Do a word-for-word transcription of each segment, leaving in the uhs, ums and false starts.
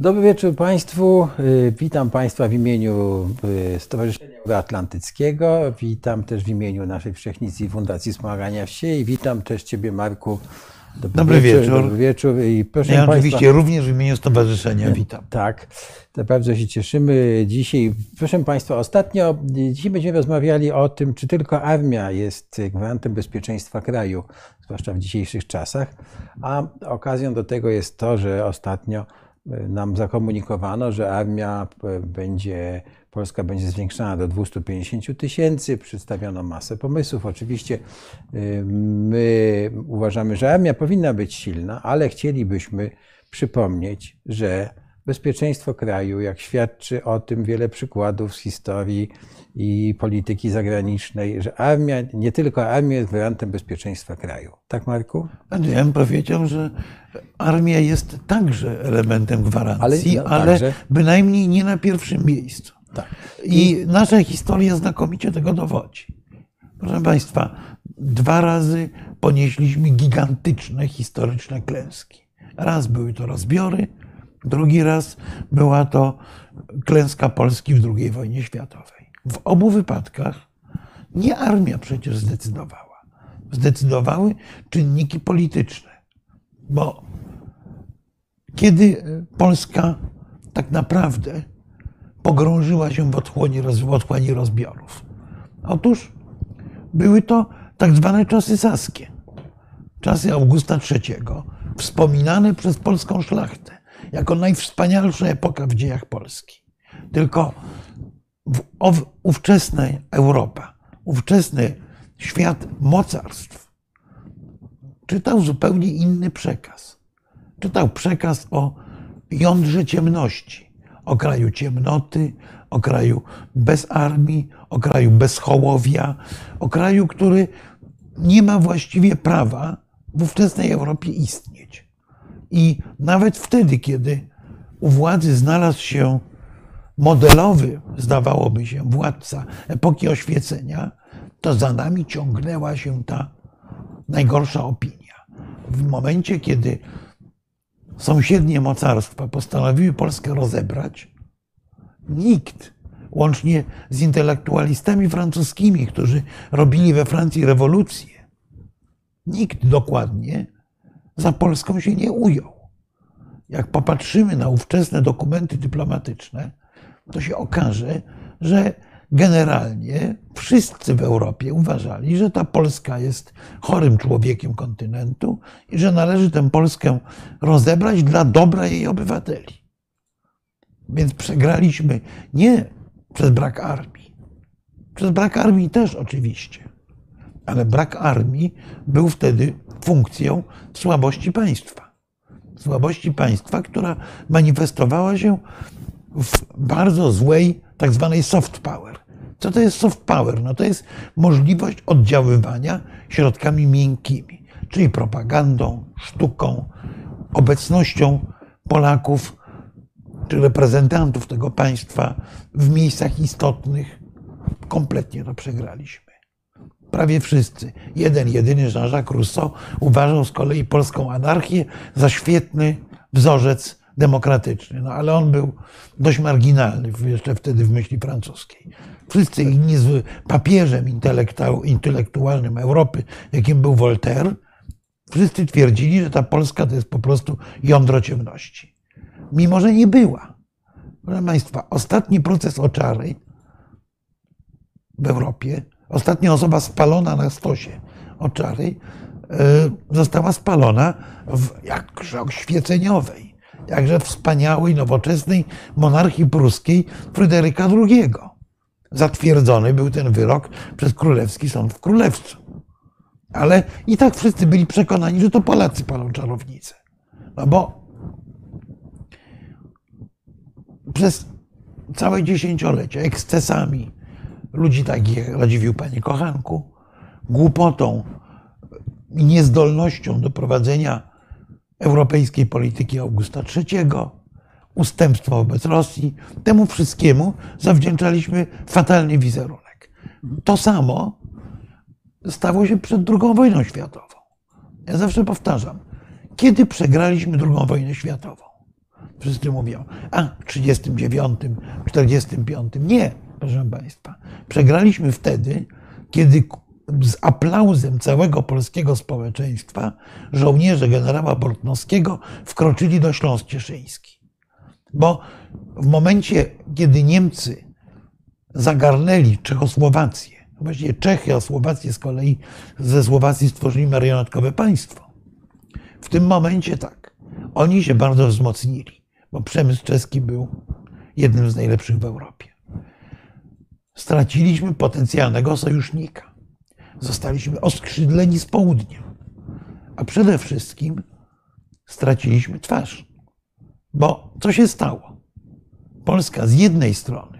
Dobry wieczór Państwu. Witam Państwa w imieniu Stowarzyszenia Euroatlantyckiego. Witam też w imieniu naszej Wszechnicy i Fundacji Wspomagania Wsi i witam też Ciebie, Marku. Dobry, dobry wieczór. wieczór. Dobry wieczór. I proszę ja Państwa, oczywiście również w imieniu Stowarzyszenia witam. Tak, to bardzo się cieszymy dzisiaj. Proszę Państwa, ostatnio, dzisiaj będziemy rozmawiali o tym, czy tylko armia jest gwarantem bezpieczeństwa kraju, zwłaszcza w dzisiejszych czasach, a okazją do tego jest to, że ostatnio nam zakomunikowano, że armia będzie, Polska będzie zwiększana do dwustu pięćdziesięciu tysięcy, przedstawiono masę pomysłów. Oczywiście my uważamy, że armia powinna być silna, ale chcielibyśmy przypomnieć, że bezpieczeństwo kraju, jak świadczy o tym wiele przykładów z historii i polityki zagranicznej, że armia, nie tylko armia jest gwarantem bezpieczeństwa kraju. Tak, Marku? Ja bym powiedział, że armia jest także elementem gwarancji, ale, no, ale bynajmniej nie na pierwszym miejscu. Tak. I nasza historia znakomicie tego dowodzi. Proszę Państwa, dwa razy ponieśliśmy gigantyczne historyczne klęski. Raz były to rozbiory, drugi raz była to klęska Polski w drugiej wojnie światowej. W obu wypadkach nie armia przecież zdecydowała. Zdecydowały czynniki polityczne. Bo kiedy Polska tak naprawdę pogrążyła się w otchłani, w otchłani rozbiorów? Otóż były to tak zwane czasy saskie. Czasy Augusta trzeciego, wspominane przez polską szlachtę jako najwspanialsza epoka w dziejach Polski. Tylko w ówczesna Europa, ówczesny świat mocarstw czytał zupełnie inny przekaz. Czytał przekaz o jądrze ciemności, o kraju ciemnoty, o kraju bez armii, o kraju bez hołowia, o kraju, który nie ma właściwie prawa w ówczesnej Europie istnieć. I nawet wtedy, kiedy u władzy znalazł się modelowy, zdawałoby się, władca epoki oświecenia, to za nami ciągnęła się ta najgorsza opinia. W momencie, kiedy sąsiednie mocarstwa postanowiły Polskę rozebrać, nikt, łącznie z intelektualistami francuskimi, którzy robili we Francji rewolucję, nikt dokładnie za Polską się nie ujął. Jak popatrzymy na ówczesne dokumenty dyplomatyczne, to się okaże, że generalnie wszyscy w Europie uważali, że ta Polska jest chorym człowiekiem kontynentu i że należy tę Polskę rozebrać dla dobra jej obywateli. Więc przegraliśmy nie przez brak armii. Przez brak armii też oczywiście. Ale brak armii był wtedy funkcją słabości państwa. Słabości państwa, która manifestowała się w bardzo złej tak zwanej soft power. Co to jest soft power? No to jest możliwość oddziaływania środkami miękkimi, czyli propagandą, sztuką, obecnością Polaków czy reprezentantów tego państwa w miejscach istotnych. Kompletnie to przegraliśmy. Prawie wszyscy. Jeden, jedyny Jean-Jacques Rousseau uważał z kolei polską anarchię za świetny wzorzec demokratyczny. No ale on był dość marginalny jeszcze wtedy w myśli francuskiej. Wszyscy inni z papieżem intelektualnym Europy, jakim był Voltaire, wszyscy twierdzili, że ta Polska to jest po prostu jądro ciemności. Mimo że nie była. Proszę Państwa, ostatni proces Oczary w Europie, ostatnia osoba spalona na stosie Oczary została spalona w jakże oświeceniowej, jakże wspaniałej, nowoczesnej monarchii pruskiej Fryderyka drugiego. Zatwierdzony był ten wyrok przez Królewski Sąd w Królewcu. Ale i tak wszyscy byli przekonani, że to Polacy palą czarownicę. No bo przez całe dziesięciolecia ekscesami ludzi takich jak Radziwiłł, panie kochanku, głupotą i niezdolnością do prowadzenia europejskiej polityki Augusta trzeciego, ustępstwo wobec Rosji, temu wszystkiemu zawdzięczaliśmy fatalny wizerunek. To samo stało się przed drugą wojną światową. Ja zawsze powtarzam, kiedy przegraliśmy drugą wojnę światową? Wszyscy mówią, a w trzydziestym dziewiątym, czterdziestym piątym. Nie, proszę Państwa. Przegraliśmy wtedy, kiedy z aplauzem całego polskiego społeczeństwa żołnierze generała Bortnowskiego wkroczyli do Śląsk Cieszyński. Bo w momencie, kiedy Niemcy zagarnęli Czechosłowację, właściwie Czechy, a Słowację z kolei ze Słowacji stworzyli marionetkowe państwo. W tym momencie tak, oni się bardzo wzmocnili, bo przemysł czeski był jednym z najlepszych w Europie. Straciliśmy potencjalnego sojusznika. Zostaliśmy oskrzydleni z południa. A przede wszystkim straciliśmy twarz. Bo co się stało? Polska z jednej strony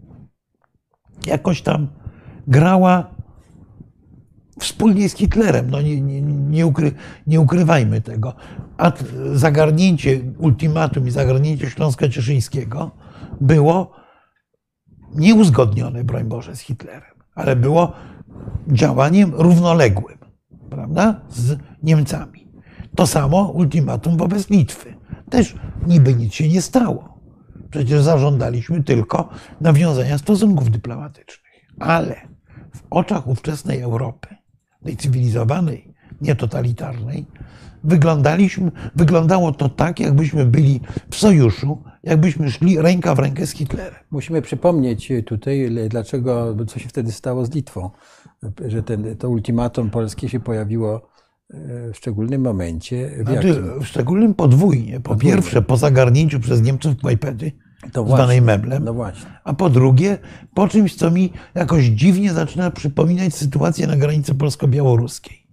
jakoś tam grała wspólnie z Hitlerem. No nie, nie, nie, ukry, nie ukrywajmy tego. A zagarnięcie ultimatum i zagarnięcie Śląska Cieszyńskiego było nieuzgodnione, broń Boże, z Hitlerem, ale było działaniem równoległym, prawda, z Niemcami. To samo ultimatum wobec Litwy. Też niby nic się nie stało. Przecież zażądaliśmy tylko nawiązania stosunków dyplomatycznych. Ale w oczach ówczesnej Europy, tej cywilizowanej, nietotalitarnej, wyglądaliśmy, wyglądało to tak, jakbyśmy byli w sojuszu, jakbyśmy szli ręka w rękę z Hitlerem. Musimy przypomnieć tutaj, dlaczego, co się wtedy stało z Litwą, że ten, to ultimatum polskie się pojawiło w szczególnym momencie. W, znaczy, w szczególnym podwójnie. Po podwójnie. Pierwsze, po zagarnięciu przez Niemców Kłajpedy, to zwanej właśnie, Meblem, no właśnie. A po drugie, po czymś, co mi jakoś dziwnie zaczyna przypominać sytuację na granicy polsko-białoruskiej.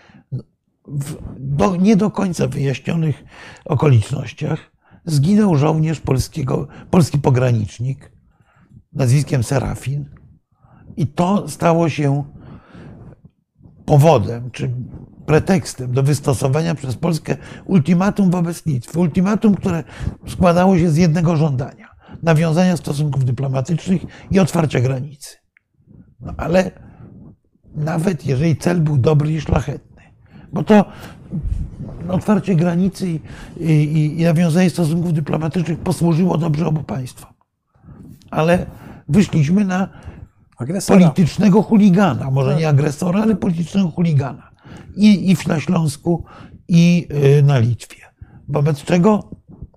W do, nie do końca wyjaśnionych okolicznościach zginął żołnierz polskiego, polski pogranicznik nazwiskiem Serafin i to stało się powodem, czy pretekstem do wystosowania przez Polskę ultimatum wobec Litwy. Ultimatum, które składało się z jednego żądania. Nawiązania stosunków dyplomatycznych i otwarcia granicy. No ale nawet jeżeli cel był dobry i szlachetny, bo to otwarcie granicy i, i, i nawiązanie stosunków dyplomatycznych posłużyło dobrze obu państwom. Ale wyszliśmy na agresora. Politycznego chuligana, może nie agresora, ale politycznego chuligana. I, i na Śląsku, i na Litwie. Wobec czego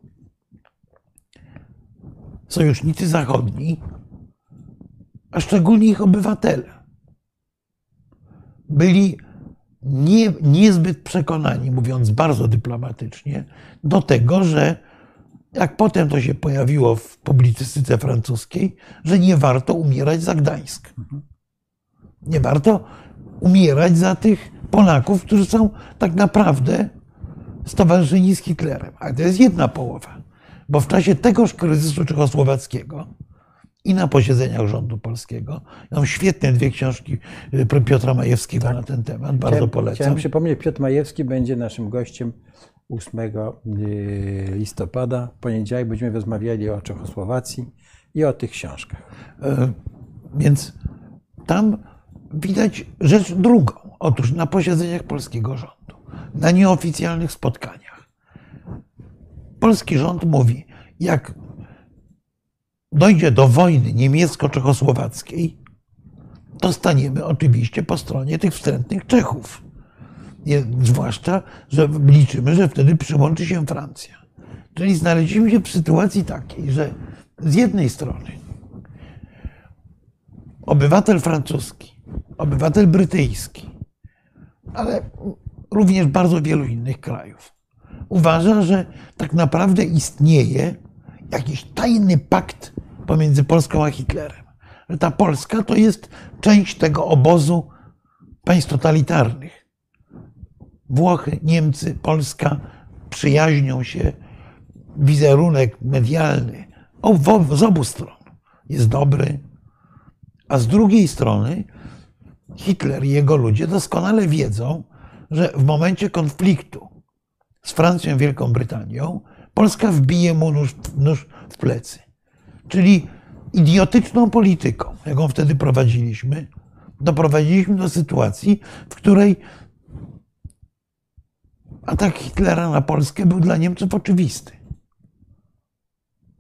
sojusznicy zachodni, a szczególnie ich obywatele, byli nie, niezbyt przekonani, mówiąc bardzo dyplomatycznie, do tego, że jak potem to się pojawiło w publicystyce francuskiej, że nie warto umierać za Gdańsk. Nie warto umierać za tych Polaków, którzy są tak naprawdę stowarzyszeni z Hitlerem. A to jest jedna połowa. Bo w czasie tegoż kryzysu czechosłowackiego i na posiedzeniach rządu polskiego, mam świetne dwie książki Piotra Majewskiego tak. na ten temat, bardzo chciałem, polecam. Chciałem przypomnieć, Piotr Majewski będzie naszym gościem ósmego listopada. W poniedziałek będziemy rozmawiali o Czechosłowacji i o tych książkach. Więc tam widać rzecz drugą. Otóż na posiedzeniach polskiego rządu, na nieoficjalnych spotkaniach, polski rząd mówi, jak dojdzie do wojny niemiecko-czechosłowackiej, to staniemy oczywiście po stronie tych wstrętnych Czechów. Zwłaszcza, że liczymy, że wtedy przyłączy się Francja. Czyli znaleźliśmy się w sytuacji takiej, że z jednej strony obywatel francuski, obywatel brytyjski, ale również bardzo wielu innych krajów uważa, że tak naprawdę istnieje jakiś tajny pakt pomiędzy Polską a Hitlerem. Że ta Polska to jest część tego obozu państw totalitarnych. Włochy, Niemcy, Polska przyjaźnią się, wizerunek medialny z obu stron jest dobry, a z drugiej strony Hitler i jego ludzie doskonale wiedzą, że w momencie konfliktu z Francją i Wielką Brytanią Polska wbije mu nóż, nóż w plecy. Czyli idiotyczną polityką, jaką wtedy prowadziliśmy, doprowadziliśmy do sytuacji, w której atak Hitlera na Polskę był dla Niemców oczywisty.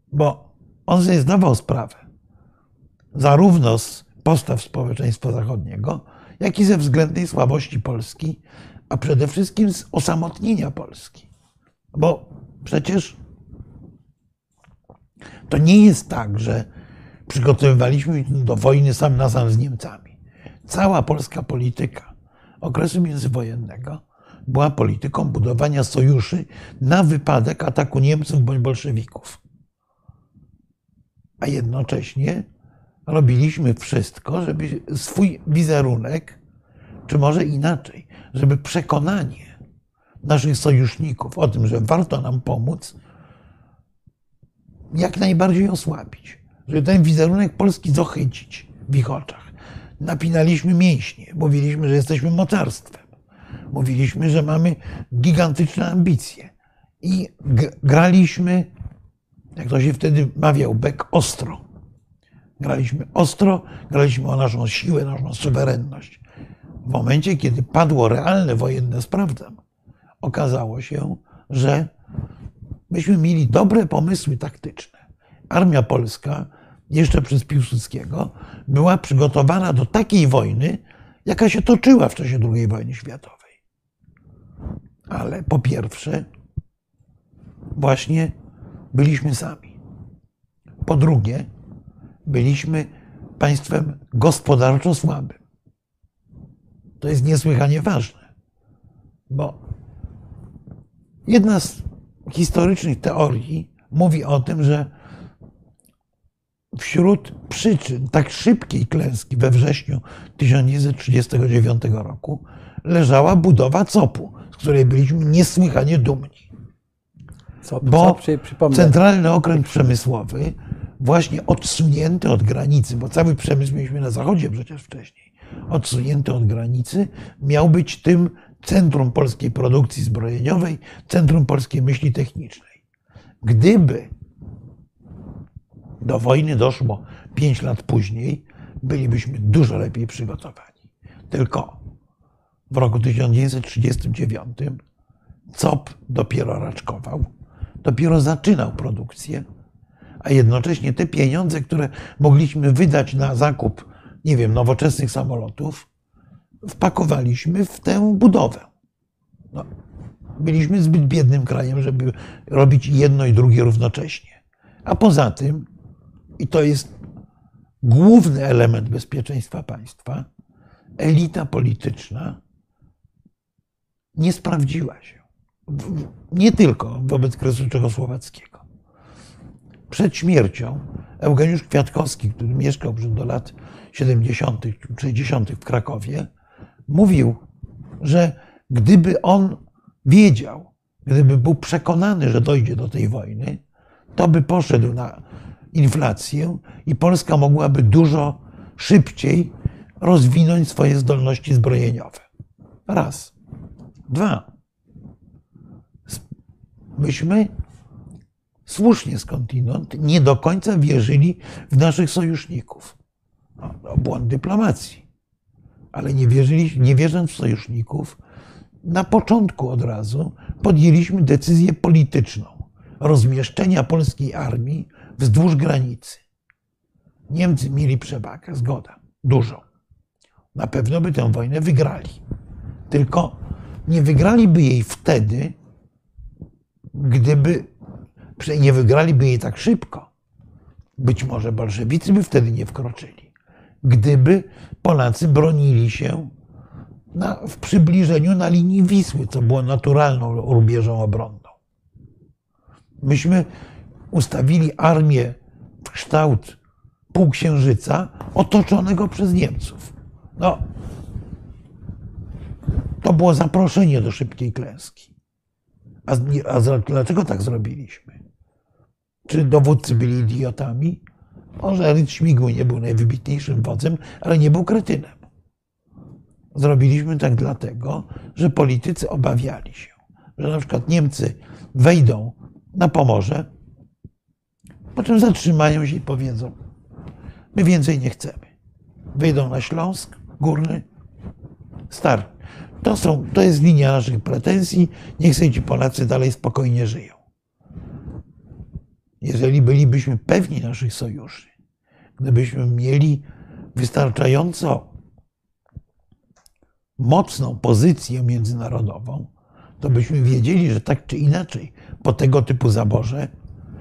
Bo on sobie zdawał sprawę zarówno z postaw społeczeństwa zachodniego, jak i ze względnej słabości Polski, a przede wszystkim z osamotnienia Polski. Bo przecież to nie jest tak, że przygotowywaliśmy się do wojny sam na sam z Niemcami. Cała polska polityka okresu międzywojennego była polityką budowania sojuszy na wypadek ataku Niemców bądź bolszewików. A jednocześnie robiliśmy wszystko, żeby swój wizerunek, czy może inaczej, żeby przekonanie naszych sojuszników o tym, że warto nam pomóc, jak najbardziej osłabić. Żeby ten wizerunek Polski zohycić w ich oczach. Napinaliśmy mięśnie, mówiliśmy, że jesteśmy mocarstwem. Mówiliśmy, że mamy gigantyczne ambicje. I graliśmy, jak to się wtedy mawiał, bek ostro. Graliśmy ostro, graliśmy o naszą siłę, naszą suwerenność. W momencie, kiedy padło realne wojenne sprawdzam, okazało się, że myśmy mieli dobre pomysły taktyczne. Armia polska, jeszcze przez Piłsudskiego, była przygotowana do takiej wojny, jaka się toczyła w czasie drugiej wojny światowej. Ale po pierwsze, właśnie byliśmy sami. Po drugie, byliśmy państwem gospodarczo słabym. To jest niesłychanie ważne, bo jedna z historycznych teorii mówi o tym, że wśród przyczyn tak szybkiej klęski we wrześniu tysiąc dziewięćset trzydziestego dziewiątego roku leżała budowa C O P-u, z której byliśmy niesłychanie dumni. Co, bo co, Centralny Okręg Przemysłowy, właśnie odsunięty od granicy, bo cały przemysł mieliśmy na zachodzie przecież wcześniej, odsunięty od granicy, miał być tym centrum polskiej produkcji zbrojeniowej, centrum polskiej myśli technicznej. Gdyby do wojny doszło pięć lat później, bylibyśmy dużo lepiej przygotowani. Tylko w roku tysiąc dziewięćset trzydziestym dziewiątym C O P dopiero raczkował, dopiero zaczynał produkcję, a jednocześnie te pieniądze, które mogliśmy wydać na zakup, nie wiem, nowoczesnych samolotów, wpakowaliśmy w tę budowę. No, byliśmy zbyt biednym krajem, żeby robić jedno i drugie równocześnie. A poza tym, i to jest główny element bezpieczeństwa państwa, elita polityczna nie sprawdziła się. Nie tylko wobec kryzysu czechosłowackiego. Przed śmiercią Eugeniusz Kwiatkowski, który mieszkał do lat siedemdziesiątych, sześćdziesiątych w Krakowie, mówił, że gdyby on wiedział, gdyby był przekonany, że dojdzie do tej wojny, to by poszedł na inflację i Polska mogłaby dużo szybciej rozwinąć swoje zdolności zbrojeniowe. Raz. Dwa. Myśmy słusznie skądinąd nie do końca wierzyli w naszych sojuszników. No, no, błąd dyplomacji. Ale nie, wierzyli, nie wierząc w sojuszników, na początku od razu podjęliśmy decyzję polityczną rozmieszczenia polskiej armii wzdłuż granicy. Niemcy mieli przewagę, zgoda, dużą. Na pewno by tę wojnę wygrali. Tylko nie wygraliby jej wtedy, gdyby, nie wygraliby jej tak szybko. Być może bolszewicy by wtedy nie wkroczyli. Gdyby Polacy bronili się na, w przybliżeniu na linii Wisły, co było naturalną rubieżą obronną. Myśmy ustawili armię w kształt półksiężyca otoczonego przez Niemców. No, to było zaproszenie do szybkiej klęski. A, a dlaczego tak zrobiliśmy? Czy dowódcy byli idiotami? Może Ryd Śmigły nie był najwybitniejszym wodzem, ale nie był kretynem. Zrobiliśmy tak dlatego, że politycy obawiali się, że na przykład Niemcy wejdą na Pomorze, po czym zatrzymają się i powiedzą: my więcej nie chcemy. Wejdą na Śląsk Górny, Stary. To, są, to jest linia naszych pretensji, niech sobie ci Polacy dalej spokojnie żyją. jeżeli bylibyśmy pewni naszych sojuszy, gdybyśmy mieli wystarczająco mocną pozycję międzynarodową, to byśmy wiedzieli, że tak czy inaczej po tego typu zaborze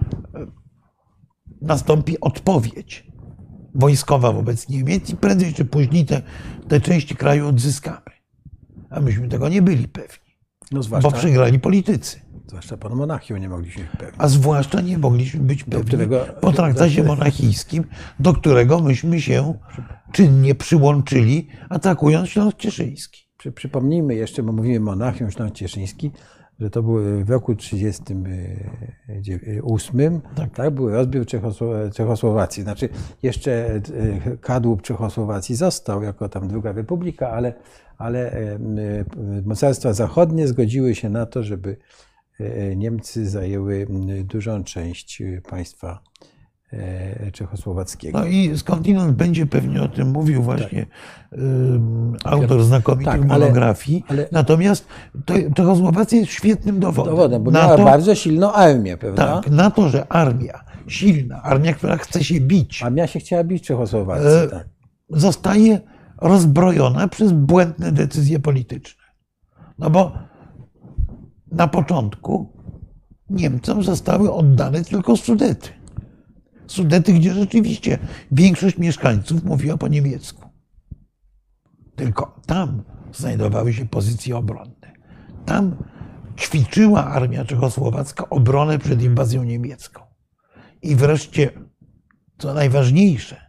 nastąpi odpowiedź wojskowa wobec Niemiec i prędzej czy później te, te części kraju odzyskamy. A myśmy tego nie byli pewni, No zwłaszcza, bo przegrali politycy. zwłaszcza po Monachium nie mogliśmy być pewni. A zwłaszcza nie mogliśmy być pewni którego- po traktacie monachijskim, do którego myśmy się czynnie przyłączyli, atakując Śląsk Cieszyński. Przy, przypomnijmy jeszcze, bo mówimy Monachium, Śląsk Cieszyński, że to był w roku trzydziestym ósmym, tak, tak był rozbiór Czechosło- Czechosłowacji. Znaczy jeszcze e, kadłub Czechosłowacji został jako tam druga republika, ale, ale e, e, mocarstwa zachodnie zgodziły się na to, żeby e, Niemcy zajęły dużą część państwa e, czechosłowackiego. No i skądinąd będzie pewnie o tym mówił właśnie tak. autor znakomitych tak, ale, monografii. Ale, Natomiast to, Czechosłowacja jest świetnym dowodem. Dowodem, bo na miała to, bardzo silną armię, prawda? Tak, na to, że armia, silna armia, która chce się bić, Armia się chciała bić Czechosłowacji, e, tak. zostaje rozbrojona przez błędne decyzje polityczne. No bo na początku Niemcom zostały oddane tylko Sudety. Sudety, gdzie rzeczywiście większość mieszkańców mówiła po niemiecku. Tylko tam znajdowały się pozycje obronne. Tam ćwiczyła armia czechosłowacka obronę przed inwazją niemiecką. I wreszcie, co najważniejsze,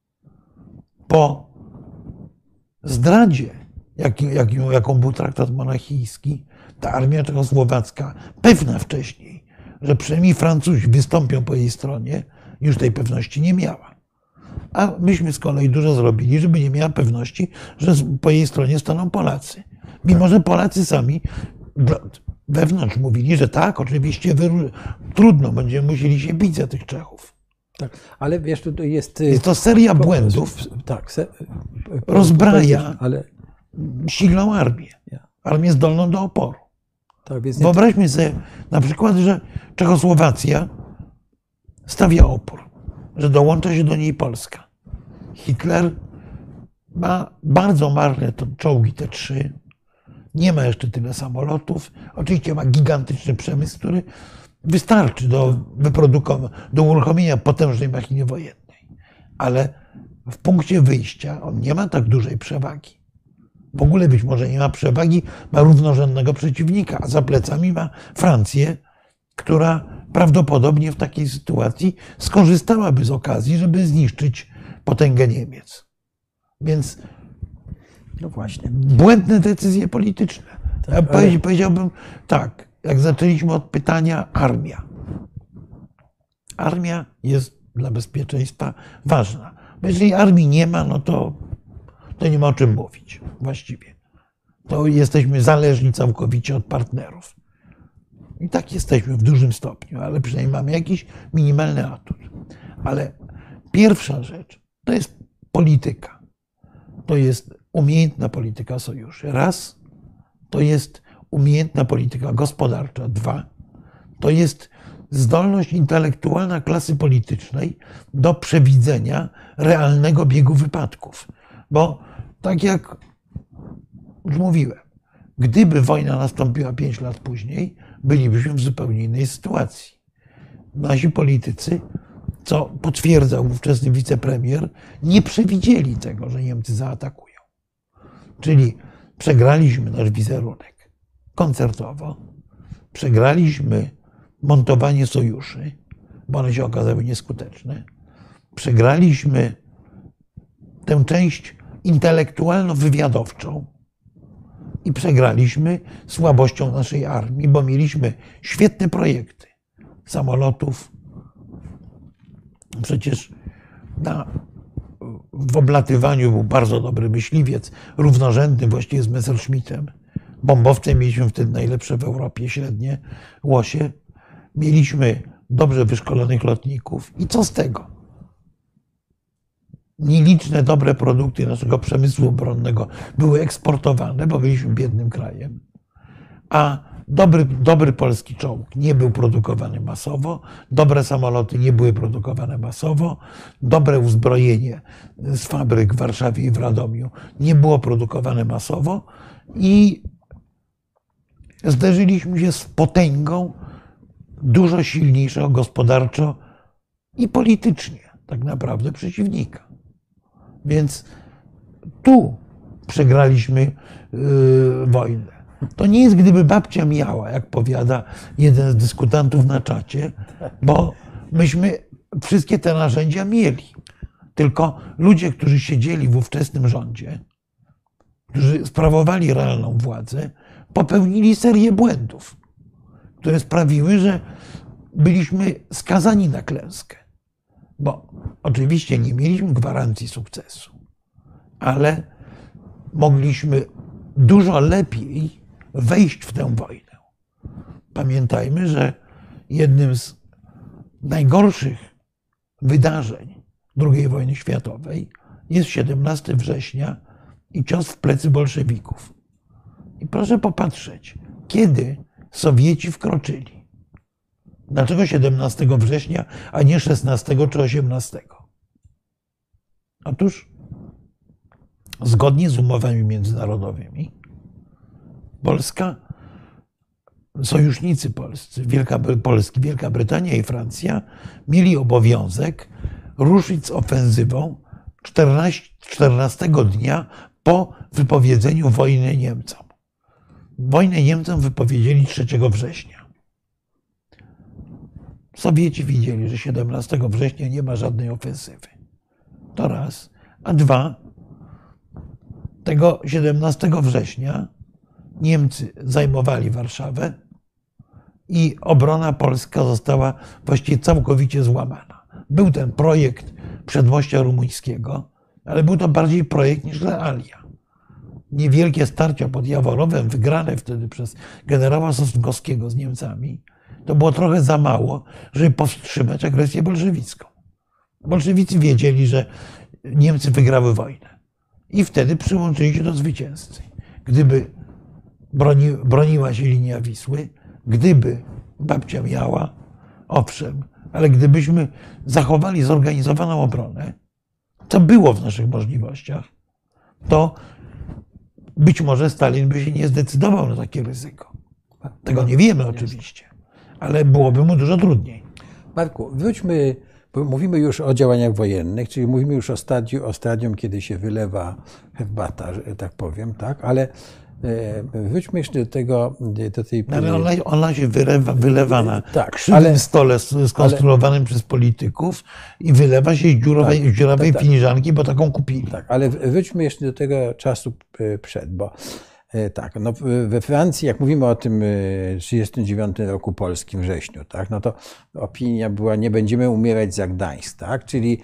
po zdradzie, jak, jak, jaką był traktat monachijski, ta armia czechosłowacka, pewna wcześniej, że przynajmniej Francuzi wystąpią po jej stronie, już tej pewności nie miała. A myśmy z kolei dużo zrobili, żeby nie miała pewności, że po jej stronie staną Polacy. Mimo że Polacy sami wewnątrz mówili, że tak, oczywiście trudno, będziemy musieli się bić za tych Czechów. Tak, ale wiesz, tu jest... Jest to seria błędów, tak, se, rozbraja ale... silną armię. Armię zdolną do oporu. Tak, więc Wyobraźmy sobie na przykład, że Czechosłowacja stawia opór, że dołącza się do niej Polska. Hitler ma bardzo marne czołgi T trzy, nie ma jeszcze tyle samolotów. Oczywiście ma gigantyczny przemysł, który wystarczy do wyprodukowania, do uruchomienia potężnej machiny wojennej. Ale w punkcie wyjścia on nie ma tak dużej przewagi. W ogóle być może nie ma przewagi, ma równorzędnego przeciwnika, a za plecami ma Francję, która prawdopodobnie w takiej sytuacji skorzystałaby z okazji, żeby zniszczyć potęgę Niemiec. Więc no właśnie. Błędne decyzje polityczne. Tak, Ja ale... powiedziałbym tak, jak zaczęliśmy od pytania armia. Armia jest dla bezpieczeństwa ważna. Bo jeżeli armii nie ma, no to, to nie ma o czym mówić właściwie. To jesteśmy zależni całkowicie od partnerów. I tak jesteśmy w dużym stopniu, ale przynajmniej mamy jakiś minimalny atut. Ale pierwsza rzecz to jest polityka. To jest umiejętna polityka sojuszy. Raz, to jest umiejętna polityka gospodarcza. Dwa, to jest zdolność intelektualna klasy politycznej do przewidzenia realnego biegu wypadków. Bo tak jak już mówiłem, gdyby wojna nastąpiła pięć lat później, bylibyśmy w zupełnie innej sytuacji. Nasi politycy, co potwierdzał ówczesny wicepremier, nie przewidzieli tego, że Niemcy zaatakują. Czyli przegraliśmy nasz wizerunek koncertowo, przegraliśmy montowanie sojuszy, bo one się okazały nieskuteczne, przegraliśmy tę część intelektualno-wywiadowczą i przegraliśmy słabością naszej armii, bo mieliśmy świetne projekty samolotów. Przecież na, w oblatywaniu był bardzo dobry myśliwiec, równorzędny właściwie z Messerschmittem. Bombowce mieliśmy wtedy najlepsze w Europie, średnie łosie. Mieliśmy dobrze wyszkolonych lotników. I co z tego? Nieliczne dobre produkty naszego przemysłu obronnego były eksportowane, bo byliśmy biednym krajem. A Dobry, dobry polski czołg nie był produkowany masowo, dobre samoloty nie były produkowane masowo, dobre uzbrojenie z fabryk w Warszawie i w Radomiu nie było produkowane masowo i zderzyliśmy się z potęgą dużo silniejszego gospodarczo i politycznie tak naprawdę przeciwnika. Więc tu przegraliśmy yy, wojnę. To nie jest gdyby babcia miała, jak powiada jeden z dyskutantów na czacie, bo myśmy wszystkie te narzędzia mieli. Tylko ludzie, którzy siedzieli w ówczesnym rządzie, którzy sprawowali realną władzę, popełnili serię błędów, które sprawiły, że byliśmy skazani na klęskę. Bo oczywiście nie mieliśmy gwarancji sukcesu, ale mogliśmy dużo lepiej wejść w tę wojnę. Pamiętajmy, że jednym z najgorszych wydarzeń drugiej wojny światowej jest siedemnastego września i cios w plecy bolszewików. I proszę popatrzeć, kiedy Sowieci wkroczyli. Dlaczego siedemnastego września, a nie szesnastego czy osiemnastego? Otóż zgodnie z umowami międzynarodowymi Polska, sojusznicy polscy, Wielka, Polski, Wielka Brytania i Francja mieli obowiązek ruszyć z ofensywą czternastego dnia po wypowiedzeniu wojny Niemcom. Wojnę Niemcom wypowiedzieli trzeciego września. Sowieci widzieli, że siedemnastego września nie ma żadnej ofensywy. To raz. A dwa, tego siedemnastego września Niemcy zajmowali Warszawę i obrona polska została właściwie całkowicie złamana. Był ten projekt przedmościa rumuńskiego, ale był to bardziej projekt niż realia. Niewielkie starcia pod Jaworowem, wygrane wtedy przez generała Sosnkowskiego z Niemcami, to było trochę za mało, żeby powstrzymać agresję bolszewicką. Bolszewicy wiedzieli, że Niemcy wygrały wojnę i wtedy przyłączyli się do zwycięzcy. Gdyby broni, broniła się linia Wisły, gdyby babcia miała, owszem, ale gdybyśmy zachowali zorganizowaną obronę, co było w naszych możliwościach, to być może Stalin by się nie zdecydował na takie ryzyko. Tego nie wiemy oczywiście, ale byłoby mu dużo trudniej. Marku, wróćmy, bo mówimy już o działaniach wojennych, czyli mówimy już o stadium, o stadium kiedy się wylewa herbata, że tak powiem, tak? Ale wróćmy jeszcze do tego, do tej... Ale ona, ona się wylewa, wylewa na tak, krzywym ale, stole skonstruowanym ale, przez polityków i wylewa się z dziurowej, tak, dziurawej tak, filiżanki, bo taką kupili. Tak, ale wróćmy jeszcze do tego czasu przed, bo tak, no we Francji, jak mówimy o tym trzydziestym dziewiątym roku polskim, wrześniu, tak, no to opinia była, nie będziemy umierać za Gdańsk, tak, czyli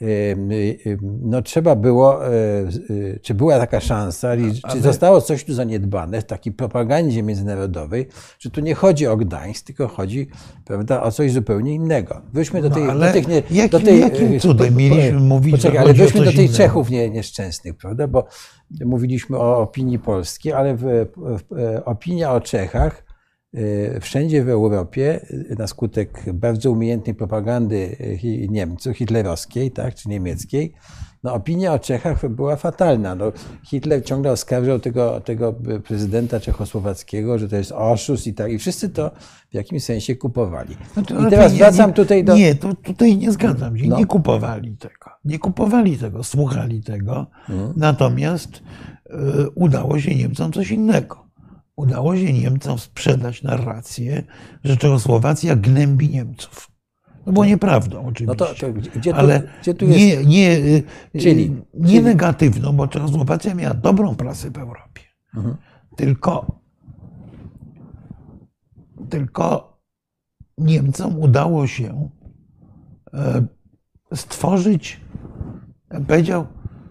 no trzeba było, czy była taka szansa, czy zostało coś tu zaniedbane w takiej propagandzie międzynarodowej, że tu nie chodzi o Gdańsk, tylko chodzi, prawda, o coś zupełnie innego. Wróćmy do tej... No, ale do tych nie, jakim, do tej jakim cudem mieliśmy mówić, poczekaj, że ale chodzi wróćmy o do coś tych innego. Czechów nie, nieszczęsnych, prawda, bo mówiliśmy o opinii polskiej, ale w, w, opinia o Czechach wszędzie w Europie na skutek bardzo umiejętnej propagandy Niemców, hitlerowskiej, tak, czy niemieckiej, no opinia o Czechach była fatalna. No, Hitler ciągle oskarżał tego, tego prezydenta czechosłowackiego, że to jest oszust i tak, i wszyscy to w jakimś sensie kupowali. No I teraz nie, wracam nie, tutaj do... Nie, to tutaj nie zgadzam się. No. Nie kupowali tego. Nie kupowali tego, słuchali tego. Hmm. Natomiast y, udało się Niemcom coś innego. Udało się Niemcom sprzedać narrację, że Czechosłowacja gnębi Niemców. No było nieprawdą oczywiście, no to, to gdzie tu, ale gdzie tu jest... nie, nie, czyli, nie czyli... negatywną, bo Czechosłowacja miała dobrą prasę w Europie. Mhm. Tylko, tylko Niemcom udało się stworzyć, ja bym powiedział,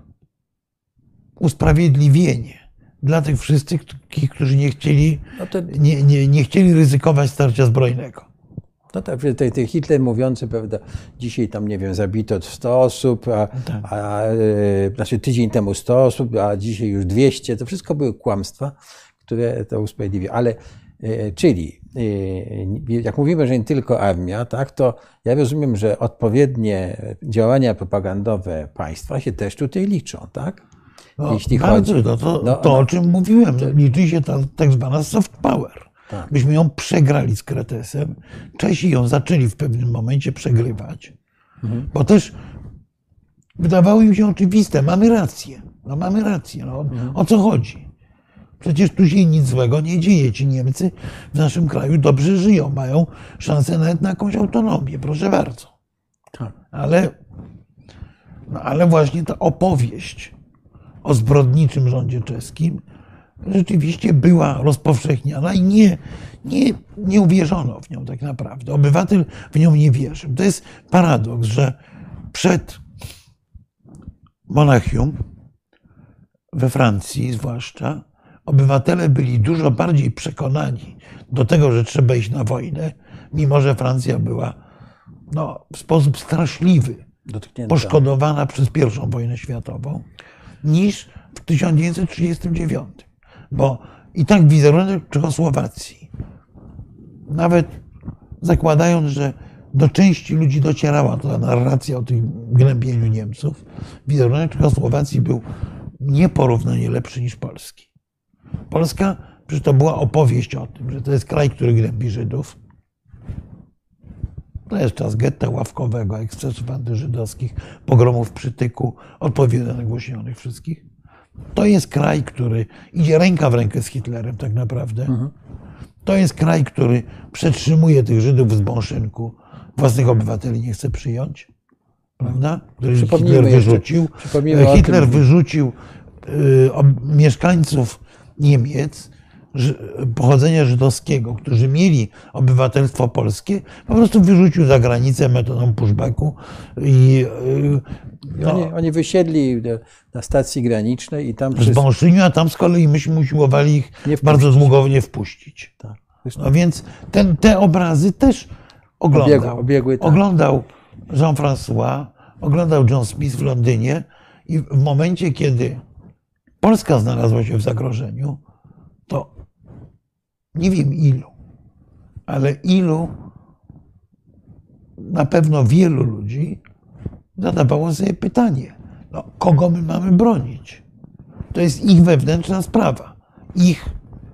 usprawiedliwienie dla tych wszystkich, którzy nie chcieli, no to... nie, nie, nie chcieli ryzykować starcia zbrojnego. No tak, ten Hitler mówiący, prawda, dzisiaj tam, nie wiem, zabito sto osób, a, tak. a, a znaczy tydzień temu sto osób, a dzisiaj już dwieście, to wszystko były kłamstwa, które to usprawiedliwiały. Ale Czyli jak mówimy, że nie tylko armia, tak, to ja rozumiem, że odpowiednie działania propagandowe państwa się też tutaj liczą, tak? No, Jeśli bardzo, chodzi, no to, no, to no, o czym mówiłem, no, liczy się ta tak zwana soft power. Tak. Myśmy ją przegrali z Kretesem. Czesi ją zaczęli w pewnym momencie przegrywać, mhm. bo też wydawało im się oczywiste, mamy rację, no mamy rację, no, mhm. o co chodzi? Przecież tu się nic złego nie dzieje. Ci Niemcy w naszym kraju dobrze żyją, mają szansę nawet na jakąś autonomię, proszę bardzo. Tak. Ale, no ale właśnie ta opowieść o zbrodniczym rządzie czeskim rzeczywiście była rozpowszechniana i nie, nie, nie uwierzono w nią tak naprawdę. Obywatel w nią nie wierzył. To jest paradoks, że przed Monachium, we Francji zwłaszcza, obywatele byli dużo bardziej przekonani do tego, że trzeba iść na wojnę, mimo że Francja była no, w sposób straszliwy dotknięta, poszkodowana przez pierwszą wojnę światową, niż w tysiąc dziewięćset trzydziestym dziewiątym. Bo i tak wizerunek Czechosłowacji, nawet zakładając, że do części ludzi docierała ta narracja o tym gnębieniu Niemców, wizerunek Czechosłowacji był nieporównanie lepszy niż Polski. Polska, przecież to była opowieść o tym, że to jest kraj, który gnębi Żydów. To jest czas getta ławkowego, ekscesów antyżydowskich, pogromów przy Tyku, odpowiednio nagłośnionych wszystkich. To jest kraj, który idzie ręka w rękę z Hitlerem tak naprawdę. Mhm. To jest kraj, który przetrzymuje tych Żydów w Zbąszynku, własnych obywateli nie chce przyjąć, prawda? Który Hitler wyrzucił. Hitler wyrzucił y, mieszkańców Niemiec pochodzenia żydowskiego, którzy mieli obywatelstwo polskie, po prostu wyrzucił za granicę metodą pushbacku. I, no, oni, oni wysiedli na stacji granicznej i tam... W Zbąszyniu, a tam z kolei myśmy usiłowali ich bardzo długownie wpuścić. Tak. No więc ten, te obrazy też oglądał. Obiegły, tak. Oglądał Jean-François, oglądał John Smith w Londynie i w momencie, kiedy Polska znalazła się w zagrożeniu, to nie wiem ilu, ale ilu, na pewno wielu ludzi zadawało sobie pytanie, no, kogo my mamy bronić? To jest ich wewnętrzna sprawa, ich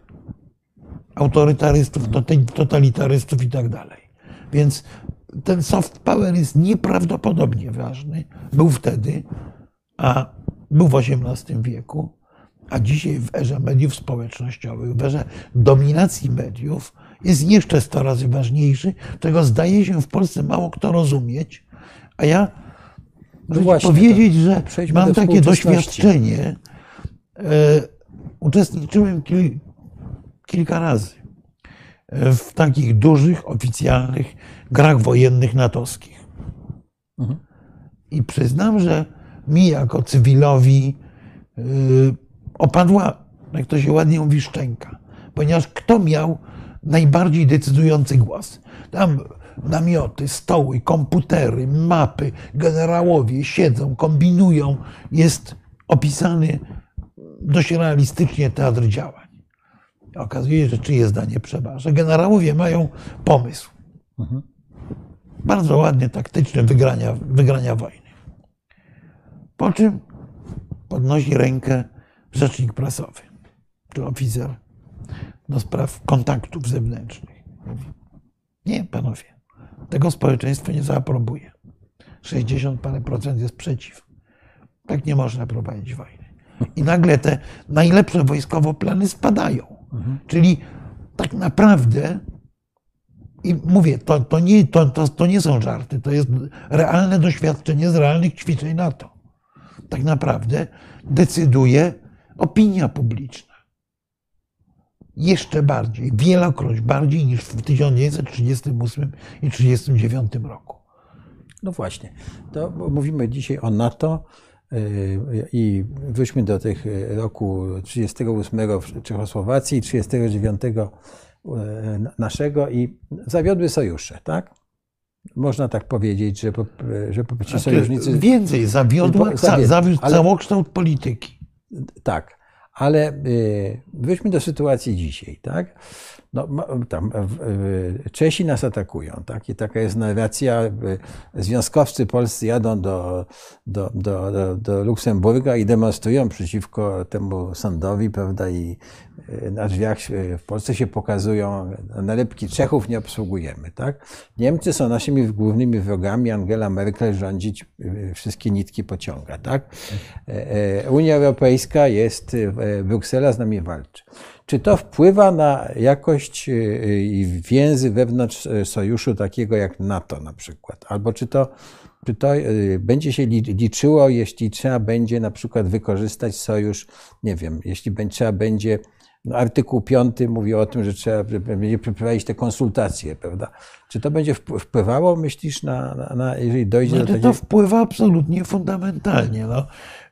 autorytarystów, totalitarystów i tak dalej. Więc ten soft power jest nieprawdopodobnie ważny. Był wtedy, a był w osiemnastym wieku, a dzisiaj w erze mediów społecznościowych, w erze dominacji mediów jest jeszcze sto razy ważniejszy, czego zdaje się w Polsce mało kto rozumieć. A ja no właśnie, powiedzieć, że mam takie doświadczenie. E, uczestniczyłem kil, kilka razy w takich dużych, oficjalnych grach wojennych natowskich. Mhm. I przyznam, że mi jako cywilowi yy, opadła, jak to się ładnie mówi, szczęka. Ponieważ kto miał najbardziej decydujący głos? Tam namioty, stoły, komputery, mapy, generałowie siedzą, kombinują. Jest opisany dość realistycznie teatr działań. Okazuje się, że czyje zdanie przeważa. Generałowie mają pomysł. Mhm. Bardzo ładnie, taktyczny wygrania, wygrania wojny. Po czym podnosi rękę rzecznik prasowy, czy oficer do spraw kontaktów zewnętrznych. Mówi, nie, panowie, tego społeczeństwo nie zaaprobuje. sześćdziesiąt parę procent jest przeciw. Tak nie można prowadzić wojny. I nagle te najlepsze wojskowo plany spadają. Mhm. Czyli tak naprawdę, i mówię, to, to, nie, to, to, to nie są żarty, to jest realne doświadczenie z realnych ćwiczeń NATO. Tak naprawdę decyduje opinia publiczna. Jeszcze bardziej, wielokroć bardziej niż w tysiąc dziewięćset trzydziestym ósmym i tysiąc dziewięćset trzydziestym dziewiątym roku. No właśnie, to mówimy dzisiaj o NATO i wróćmy do tych roku trzydziestego ósmego w Czechosłowacji i trzydziestego dziewiątego naszego i zawiodły sojusze, tak? Można tak powiedzieć, że, po, że po ci sojusznicy... Więcej, zawiodła, zawiódł, zawiódł ale, całokształt polityki. Tak, ale wróćmy do sytuacji dzisiaj, tak? No, tam, Czesi nas atakują, tak? I taka jest narracja. Związkowcy polscy jadą do, do, do, do, do Luksemburga i demonstrują przeciwko temu sądowi, prawda? I na drzwiach w Polsce się pokazują nalepki Czechów nie obsługujemy, tak? Niemcy są naszymi głównymi wrogami, Angela Merkel rządzić wszystkie nitki pociąga, tak? Unia Europejska jest, Bruksela z nami walczy. Czy to wpływa na jakość i więzy wewnątrz sojuszu takiego jak NATO na przykład? Albo czy to, czy to będzie się liczyło, jeśli trzeba będzie na przykład wykorzystać sojusz, nie wiem, jeśli trzeba będzie, no artykuł piąty mówi o tym, że trzeba będzie przeprowadzić te konsultacje, prawda? Czy to będzie wpływało, myślisz, na, na, na jeżeli dojdzie no, do tego? To wpływa absolutnie fundamentalnie. No.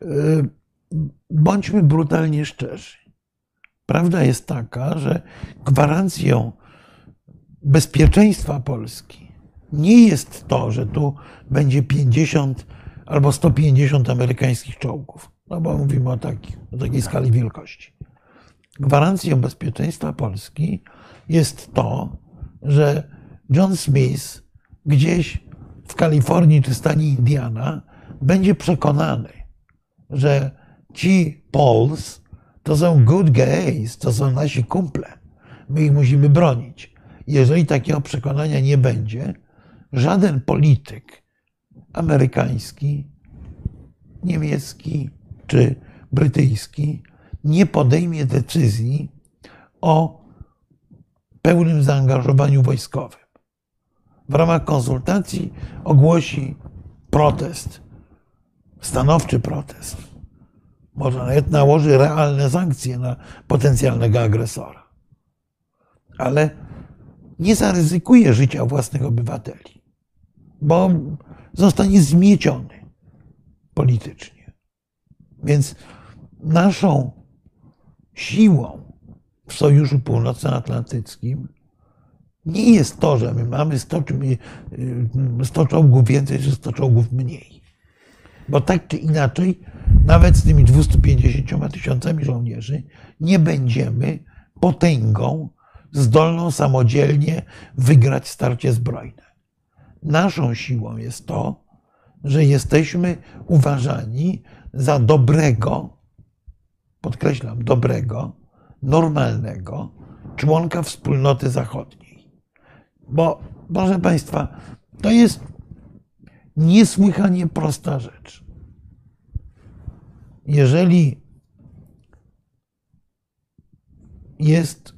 Bądźmy brutalnie szczerzy. Prawda jest taka, że gwarancją bezpieczeństwa Polski nie jest to, że tu będzie pięćdziesiąt albo sto pięćdziesiąt amerykańskich czołgów, no bo mówimy o, taki, o takiej skali wielkości. Gwarancją bezpieczeństwa Polski jest to, że John Smith gdzieś w Kalifornii czy stanie Indiana będzie przekonany, że ci Poles to są good guys, to są nasi kumple. My ich musimy bronić. Jeżeli takiego przekonania nie będzie, żaden polityk amerykański, niemiecki czy brytyjski nie podejmie decyzji o pełnym zaangażowaniu wojskowym. W ramach konsultacji ogłosi protest, stanowczy protest. Może nawet nałoży realne sankcje na potencjalnego agresora. Ale nie zaryzykuje życia własnych obywateli, bo zostanie zmieciony politycznie. Więc naszą siłą w Sojuszu Północnoatlantyckim nie jest to, że my mamy sto czołgów więcej czy sto czołgów mniej. Bo tak czy inaczej, nawet z tymi dwieście pięćdziesięcioma tysiącami żołnierzy nie będziemy potęgą zdolną samodzielnie wygrać starcie zbrojne. Naszą siłą jest to, że jesteśmy uważani za dobrego, podkreślam, dobrego, normalnego członka wspólnoty zachodniej. Bo, proszę Państwa, to jest niesłychanie prosta rzecz. Jeżeli jest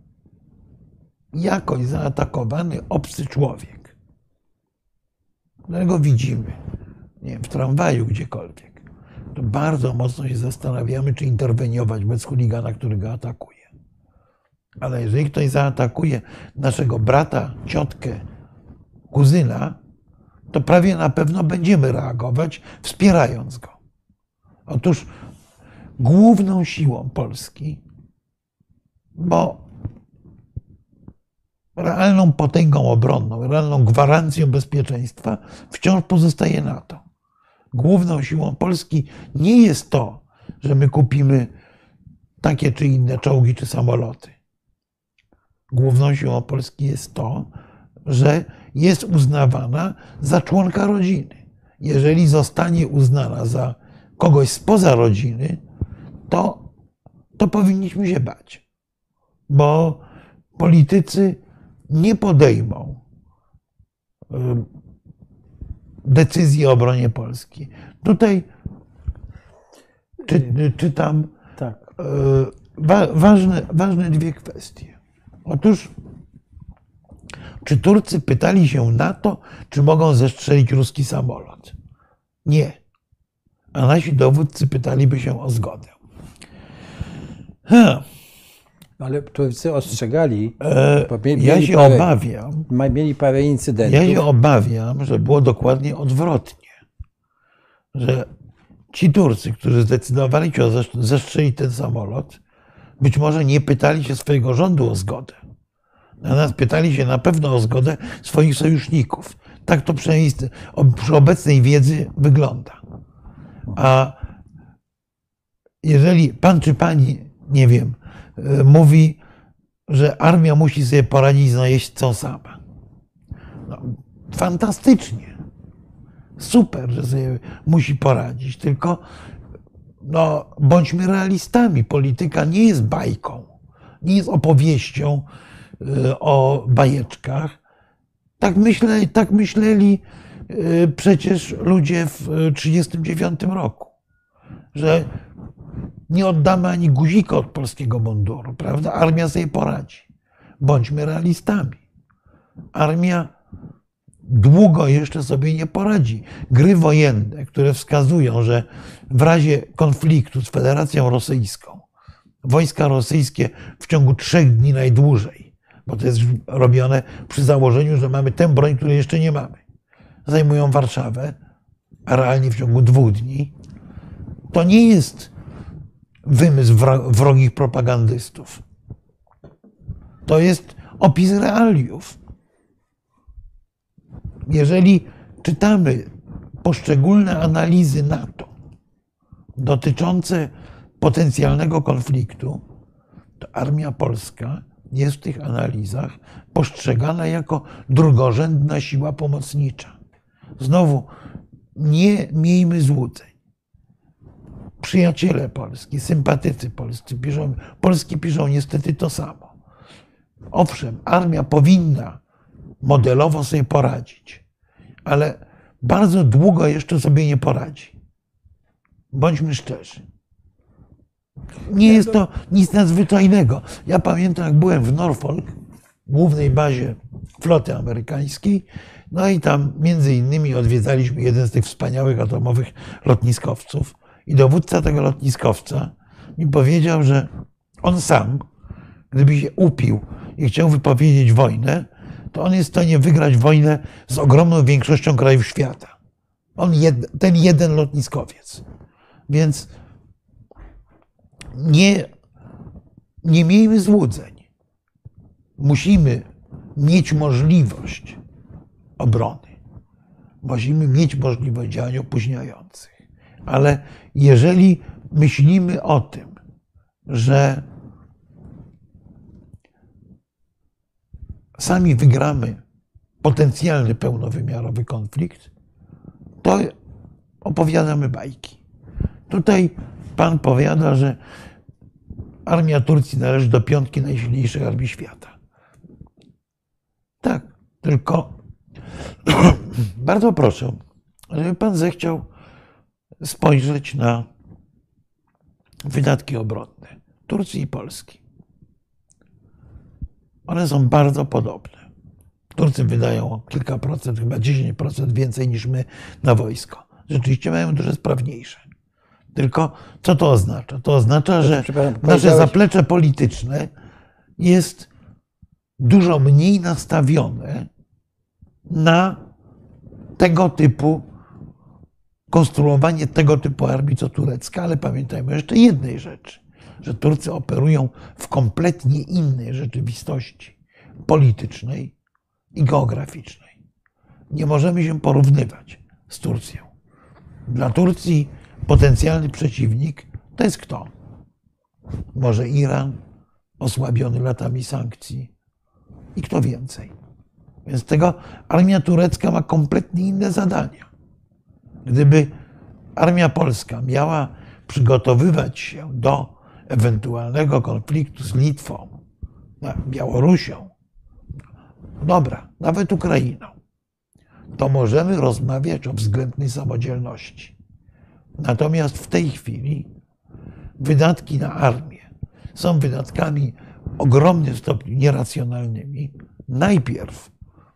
jakoś zaatakowany obcy człowiek, którego widzimy, nie wiem, w tramwaju, gdziekolwiek, to bardzo mocno się zastanawiamy, czy interweniować wobec chuligana, który go atakuje. Ale jeżeli ktoś zaatakuje naszego brata, ciotkę, kuzyna, to prawie na pewno będziemy reagować, wspierając go. Otóż główną siłą Polski, bo realną potęgą obronną, realną gwarancją bezpieczeństwa wciąż pozostaje NATO. Główną siłą Polski nie jest to, że my kupimy takie czy inne czołgi czy samoloty. Główną siłą Polski jest to, że jest uznawana za członka rodziny. Jeżeli zostanie uznana za kogoś spoza rodziny, to, to powinniśmy się bać. Bo politycy nie podejmą decyzji o obronie Polski. Tutaj czy, czytam tak. wa, ważne, ważne dwie kwestie. Otóż, czy Turcy pytali się NATO, czy mogą zestrzelić ruski samolot? Nie. A nasi dowódcy pytaliby się o zgodę. Hmm. Ale Turcy ostrzegali. E, mieli ja się parę, obawiam. Mieli parę incydentów. Ja się obawiam, że było dokładnie odwrotnie. Że ci Turcy, którzy zdecydowali się zestrzelić ten samolot, być może nie pytali się swojego rządu o zgodę. Natomiast pytali się na pewno o zgodę swoich sojuszników. Tak to przynajmniej przy obecnej wiedzy wygląda. A jeżeli pan czy pani, nie wiem, mówi, że armia musi sobie poradzić z najeźdźcą sama. No, fantastycznie. Super, że sobie musi poradzić, tylko no, bądźmy realistami. Polityka nie jest bajką, nie jest opowieścią y, o bajeczkach. Tak, myślę, tak myśleli y, przecież ludzie w tysiąc dziewięćset trzydziestym dziewiątym roku, że nie oddamy ani guzika od polskiego munduru, prawda? Armia sobie poradzi. Bądźmy realistami. Armia długo jeszcze sobie nie poradzi. Gry wojenne, które wskazują, że w razie konfliktu z Federacją Rosyjską wojska rosyjskie w ciągu trzech dni najdłużej, bo to jest robione przy założeniu, że mamy tę broń, której jeszcze nie mamy, zajmują Warszawę, a realnie w ciągu dwóch dni, to nie jest wymysł wrogich propagandystów. To jest opis realiów. Jeżeli czytamy poszczególne analizy NATO dotyczące potencjalnego konfliktu, to armia polska jest w tych analizach postrzegana jako drugorzędna siła pomocnicza. Znowu, nie miejmy złudzeń. Przyjaciele polscy, sympatycy polscy piszą, Polski piszą niestety to samo. Owszem, armia powinna modelowo sobie poradzić, ale bardzo długo jeszcze sobie nie poradzi. Bądźmy szczerzy. Nie jest to nic nadzwyczajnego. Ja pamiętam, jak byłem w Norfolk, głównej bazie floty amerykańskiej, no i tam między innymi odwiedzaliśmy jeden z tych wspaniałych atomowych lotniskowców i dowódca tego lotniskowca mi powiedział, że on sam, gdyby się upił i chciał wypowiedzieć wojnę, to on jest w stanie wygrać wojnę z ogromną większością krajów świata. On jed, ten jeden lotniskowiec. Więc nie, nie miejmy złudzeń. Musimy mieć możliwość obrony. Musimy mieć możliwość działań opóźniających. Ale jeżeli myślimy o tym, że sami wygramy potencjalny pełnowymiarowy konflikt, to opowiadamy bajki. Tutaj pan powiada, że armia Turcji należy do piątki najsilniejszych armii świata. Tak, tylko bardzo proszę, żeby pan zechciał spojrzeć na wydatki obronne Turcji i Polski. One są bardzo podobne. Turcy wydają kilka procent, chyba dziesięć procent więcej niż my na wojsko. Rzeczywiście mają dużo sprawniejsze. Tylko co to oznacza? To oznacza, że nasze zaplecze polityczne jest dużo mniej nastawione na tego typu konstruowanie tego typu armii co turecka, ale pamiętajmy jeszcze jednej rzeczy, że Turcy operują w kompletnie innej rzeczywistości politycznej i geograficznej. Nie możemy się porównywać z Turcją. Dla Turcji potencjalny przeciwnik to jest kto? Może Iran, osłabiony latami sankcji i kto więcej. Więc tego armia turecka ma kompletnie inne zadania. Gdyby armia polska miała przygotowywać się do ewentualnego konfliktu z Litwą, Białorusią, dobra, nawet Ukrainą, to możemy rozmawiać o względnej samodzielności. Natomiast w tej chwili wydatki na armię są wydatkami w ogromnym stopniu nieracjonalnymi. Najpierw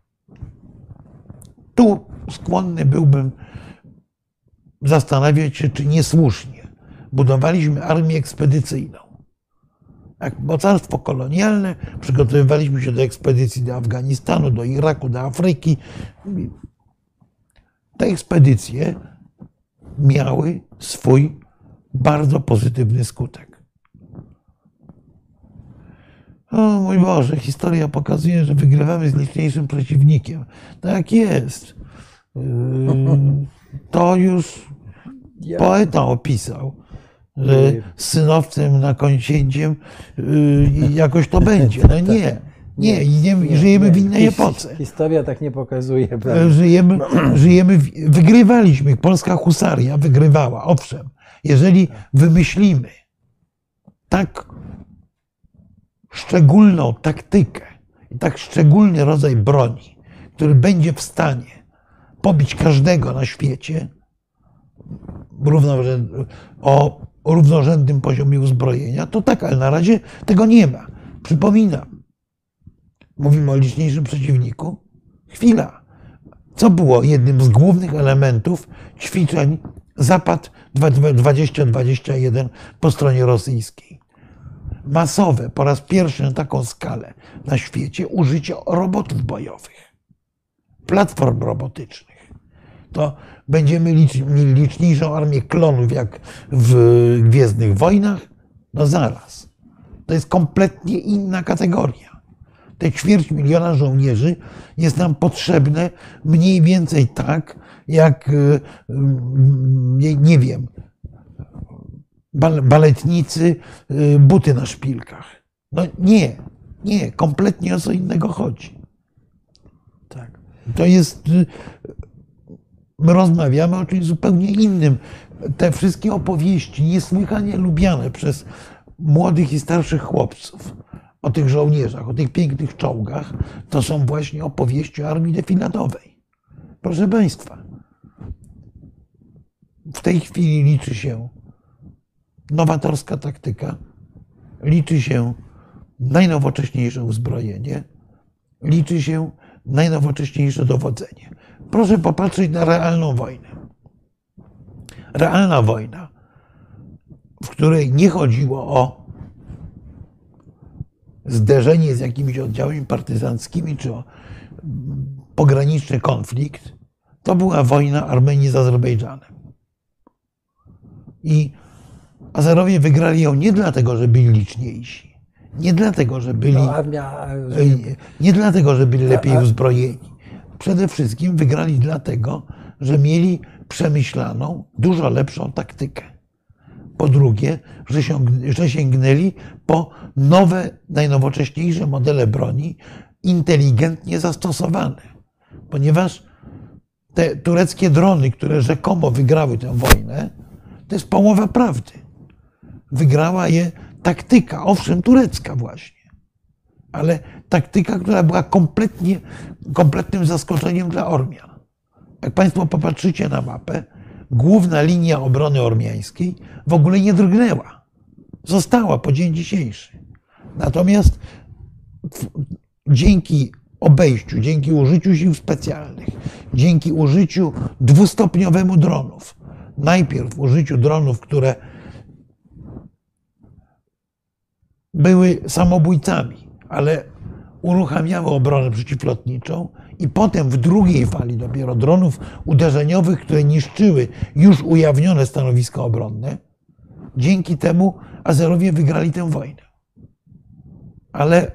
tu skłonny byłbym zastanawiać się, czy niesłusznie budowaliśmy armię ekspedycyjną. Jak mocarstwo kolonialne przygotowywaliśmy się do ekspedycji do Afganistanu, do Iraku, do Afryki. Te ekspedycje miały swój bardzo pozytywny skutek. O mój Boże, historia pokazuje, że wygrywamy z liczniejszym przeciwnikiem. Tak jest. To już poeta opisał. że z synowcem na końcięciem jakoś to będzie. No nie, nie, i nie, nie żyjemy nie, w innej epoce. Historia tak nie pokazuje. Prawda? Żyjemy, żyjemy, wygrywaliśmy, polska husaria wygrywała, owszem. Jeżeli wymyślimy tak szczególną taktykę i tak szczególny rodzaj broni, który będzie w stanie pobić każdego na świecie o równorzędnym poziomie uzbrojenia, to tak, ale na razie tego nie ma. Przypominam, mówimy o liczniejszym przeciwniku. Chwila. Co było jednym z głównych elementów ćwiczeń Zapad dwadzieścia dwadzieścia jeden po stronie rosyjskiej? Masowe, po raz pierwszy na taką skalę na świecie użycie robotów bojowych, platform robotycznych. To będziemy mieli liczniejszą armię klonów jak w Gwiezdnych Wojnach? No zaraz. To jest kompletnie inna kategoria. Te ćwierć miliona żołnierzy jest nam potrzebne mniej więcej tak, jak, nie wiem, baletnicy, buty na szpilkach. No nie, nie, kompletnie o co innego chodzi. Tak. To jest, my rozmawiamy o czymś zupełnie innym. Te wszystkie opowieści niesłychanie lubiane przez młodych i starszych chłopców o tych żołnierzach, o tych pięknych czołgach, to są właśnie opowieści o armii defiladowej. Proszę Państwa, w tej chwili liczy się nowatorska taktyka, liczy się najnowocześniejsze uzbrojenie, liczy się najnowocześniejsze dowodzenie. Proszę popatrzeć na realną wojnę. Realna wojna, w której nie chodziło o zderzenie z jakimiś oddziałami partyzanckimi czy o pograniczny konflikt, to była wojna Armenii z Azerbejdżanem. I Azerowie wygrali ją nie dlatego, że byli liczniejsi, nie dlatego, że byli, no, armia... nie, nie dlatego, że byli lepiej uzbrojeni. Przede wszystkim wygrali dlatego, że mieli przemyślaną, dużo lepszą taktykę. Po drugie, że, się, że sięgnęli po nowe, najnowocześniejsze modele broni, inteligentnie zastosowane. Ponieważ te tureckie drony, które rzekomo wygrały tę wojnę, to jest połowa prawdy. Wygrała je taktyka, owszem, turecka właśnie, ale taktyka, która była kompletnie, kompletnym zaskoczeniem dla Ormian. Jak Państwo popatrzycie na mapę, główna linia obrony ormiańskiej w ogóle nie drgnęła. Została po dzień dzisiejszy. Natomiast dzięki obejściu, dzięki użyciu sił specjalnych, dzięki użyciu dwustopniowemu dronów, najpierw użyciu dronów, które były samobójcami, ale uruchamiały obronę przeciwlotniczą, i potem w drugiej fali dopiero dronów uderzeniowych, które niszczyły już ujawnione stanowiska obronne. Dzięki temu Azerowie wygrali tę wojnę. Ale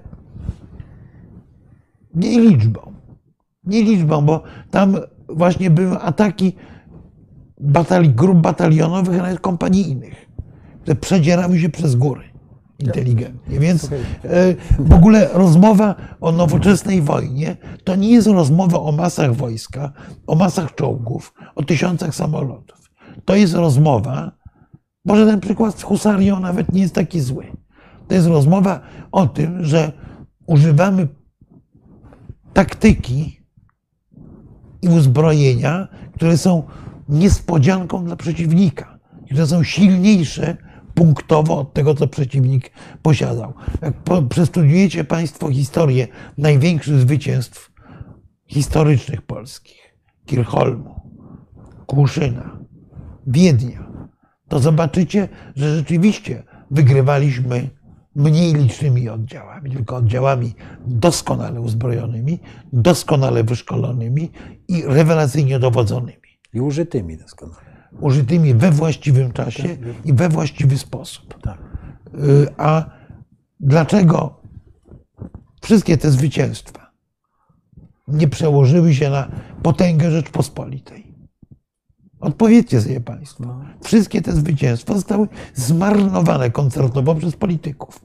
nie liczbą. Nie liczbą, bo tam właśnie były ataki batali, grup batalionowych, a nawet kompanijnych, które przedzierały się przez góry inteligentnie. Więc w ogóle rozmowa o nowoczesnej wojnie to nie jest rozmowa o masach wojska, o masach czołgów, o tysiącach samolotów. To jest rozmowa, może ten przykład z husarią nawet nie jest taki zły. To jest rozmowa o tym, że używamy taktyki i uzbrojenia, które są niespodzianką dla przeciwnika, które są silniejsze punktowo od tego, co przeciwnik posiadał. Jak przestudiujecie Państwo historię największych zwycięstw historycznych polskich, Kirchholmu, Kłuszyna, Wiednia, to zobaczycie, że rzeczywiście wygrywaliśmy mniej licznymi oddziałami, tylko oddziałami doskonale uzbrojonymi, doskonale wyszkolonymi i rewelacyjnie dowodzonymi. I użytymi doskonale. Użytymi we właściwym czasie i we właściwy sposób. Tak. A dlaczego wszystkie te zwycięstwa nie przełożyły się na potęgę Rzeczpospolitej? Odpowiedzcie sobie państwo. No. Wszystkie te zwycięstwa zostały zmarnowane koncertowo przez polityków.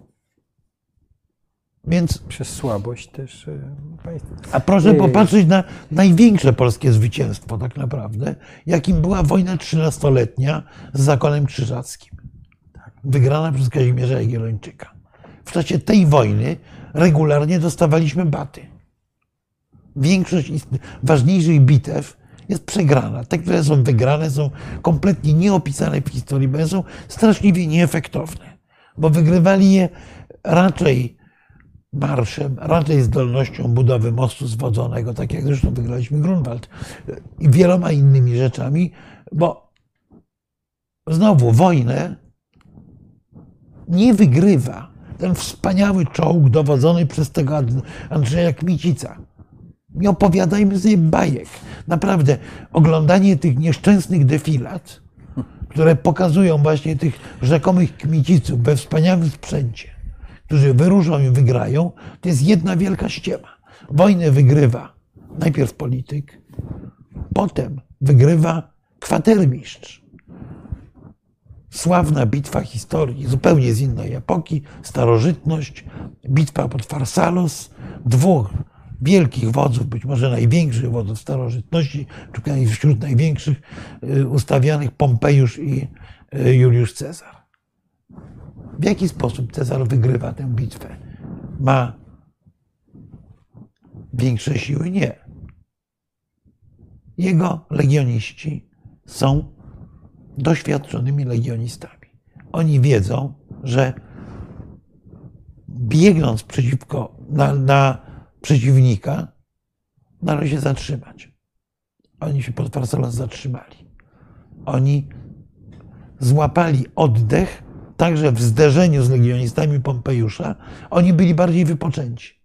Więc, Przez słabość też e, państwa. a proszę Ej. popatrzeć na największe polskie zwycięstwo tak naprawdę, jakim była wojna trzynastoletnia z zakonem krzyżackim. Wygrana przez Kazimierza Jagiellończyka. W czasie tej wojny regularnie dostawaliśmy baty. Większość ist- ważniejszych bitew jest przegrana. Te, które są wygrane, są kompletnie nieopisane w historii, bo są straszliwie nieefektowne. Bo wygrywali je raczej marszem, raczej zdolnością budowy mostu zwodzonego, tak jak zresztą wygraliśmy Grunwald, i wieloma innymi rzeczami, bo znowu wojnę nie wygrywa ten wspaniały czołg dowodzony przez tego Andrzeja Kmicica. Nie opowiadajmy sobie bajek. Naprawdę, oglądanie tych nieszczęsnych defilat, które pokazują właśnie tych rzekomych Kmiciców we wspaniałym sprzęcie, którzy wyruszą i wygrają, to jest jedna wielka ściema. Wojnę wygrywa najpierw polityk, potem wygrywa kwatermistrz. Sławna bitwa historii, zupełnie z innej epoki, starożytność, bitwa pod Farsalos, dwóch wielkich wodzów, być może największych wodzów starożytności, czy wśród największych ustawianych Pompejusz i Juliusz Cezar. W jaki sposób Cezar wygrywa tę bitwę? Ma większe siły? Nie. Jego legioniści są doświadczonymi legionistami. Oni wiedzą, że biegnąc przeciwko, na, na przeciwnika, należy się zatrzymać. Oni się pod Farsalos zatrzymali. Oni złapali oddech, także w zderzeniu z legionistami Pompejusza. Oni byli bardziej wypoczęci.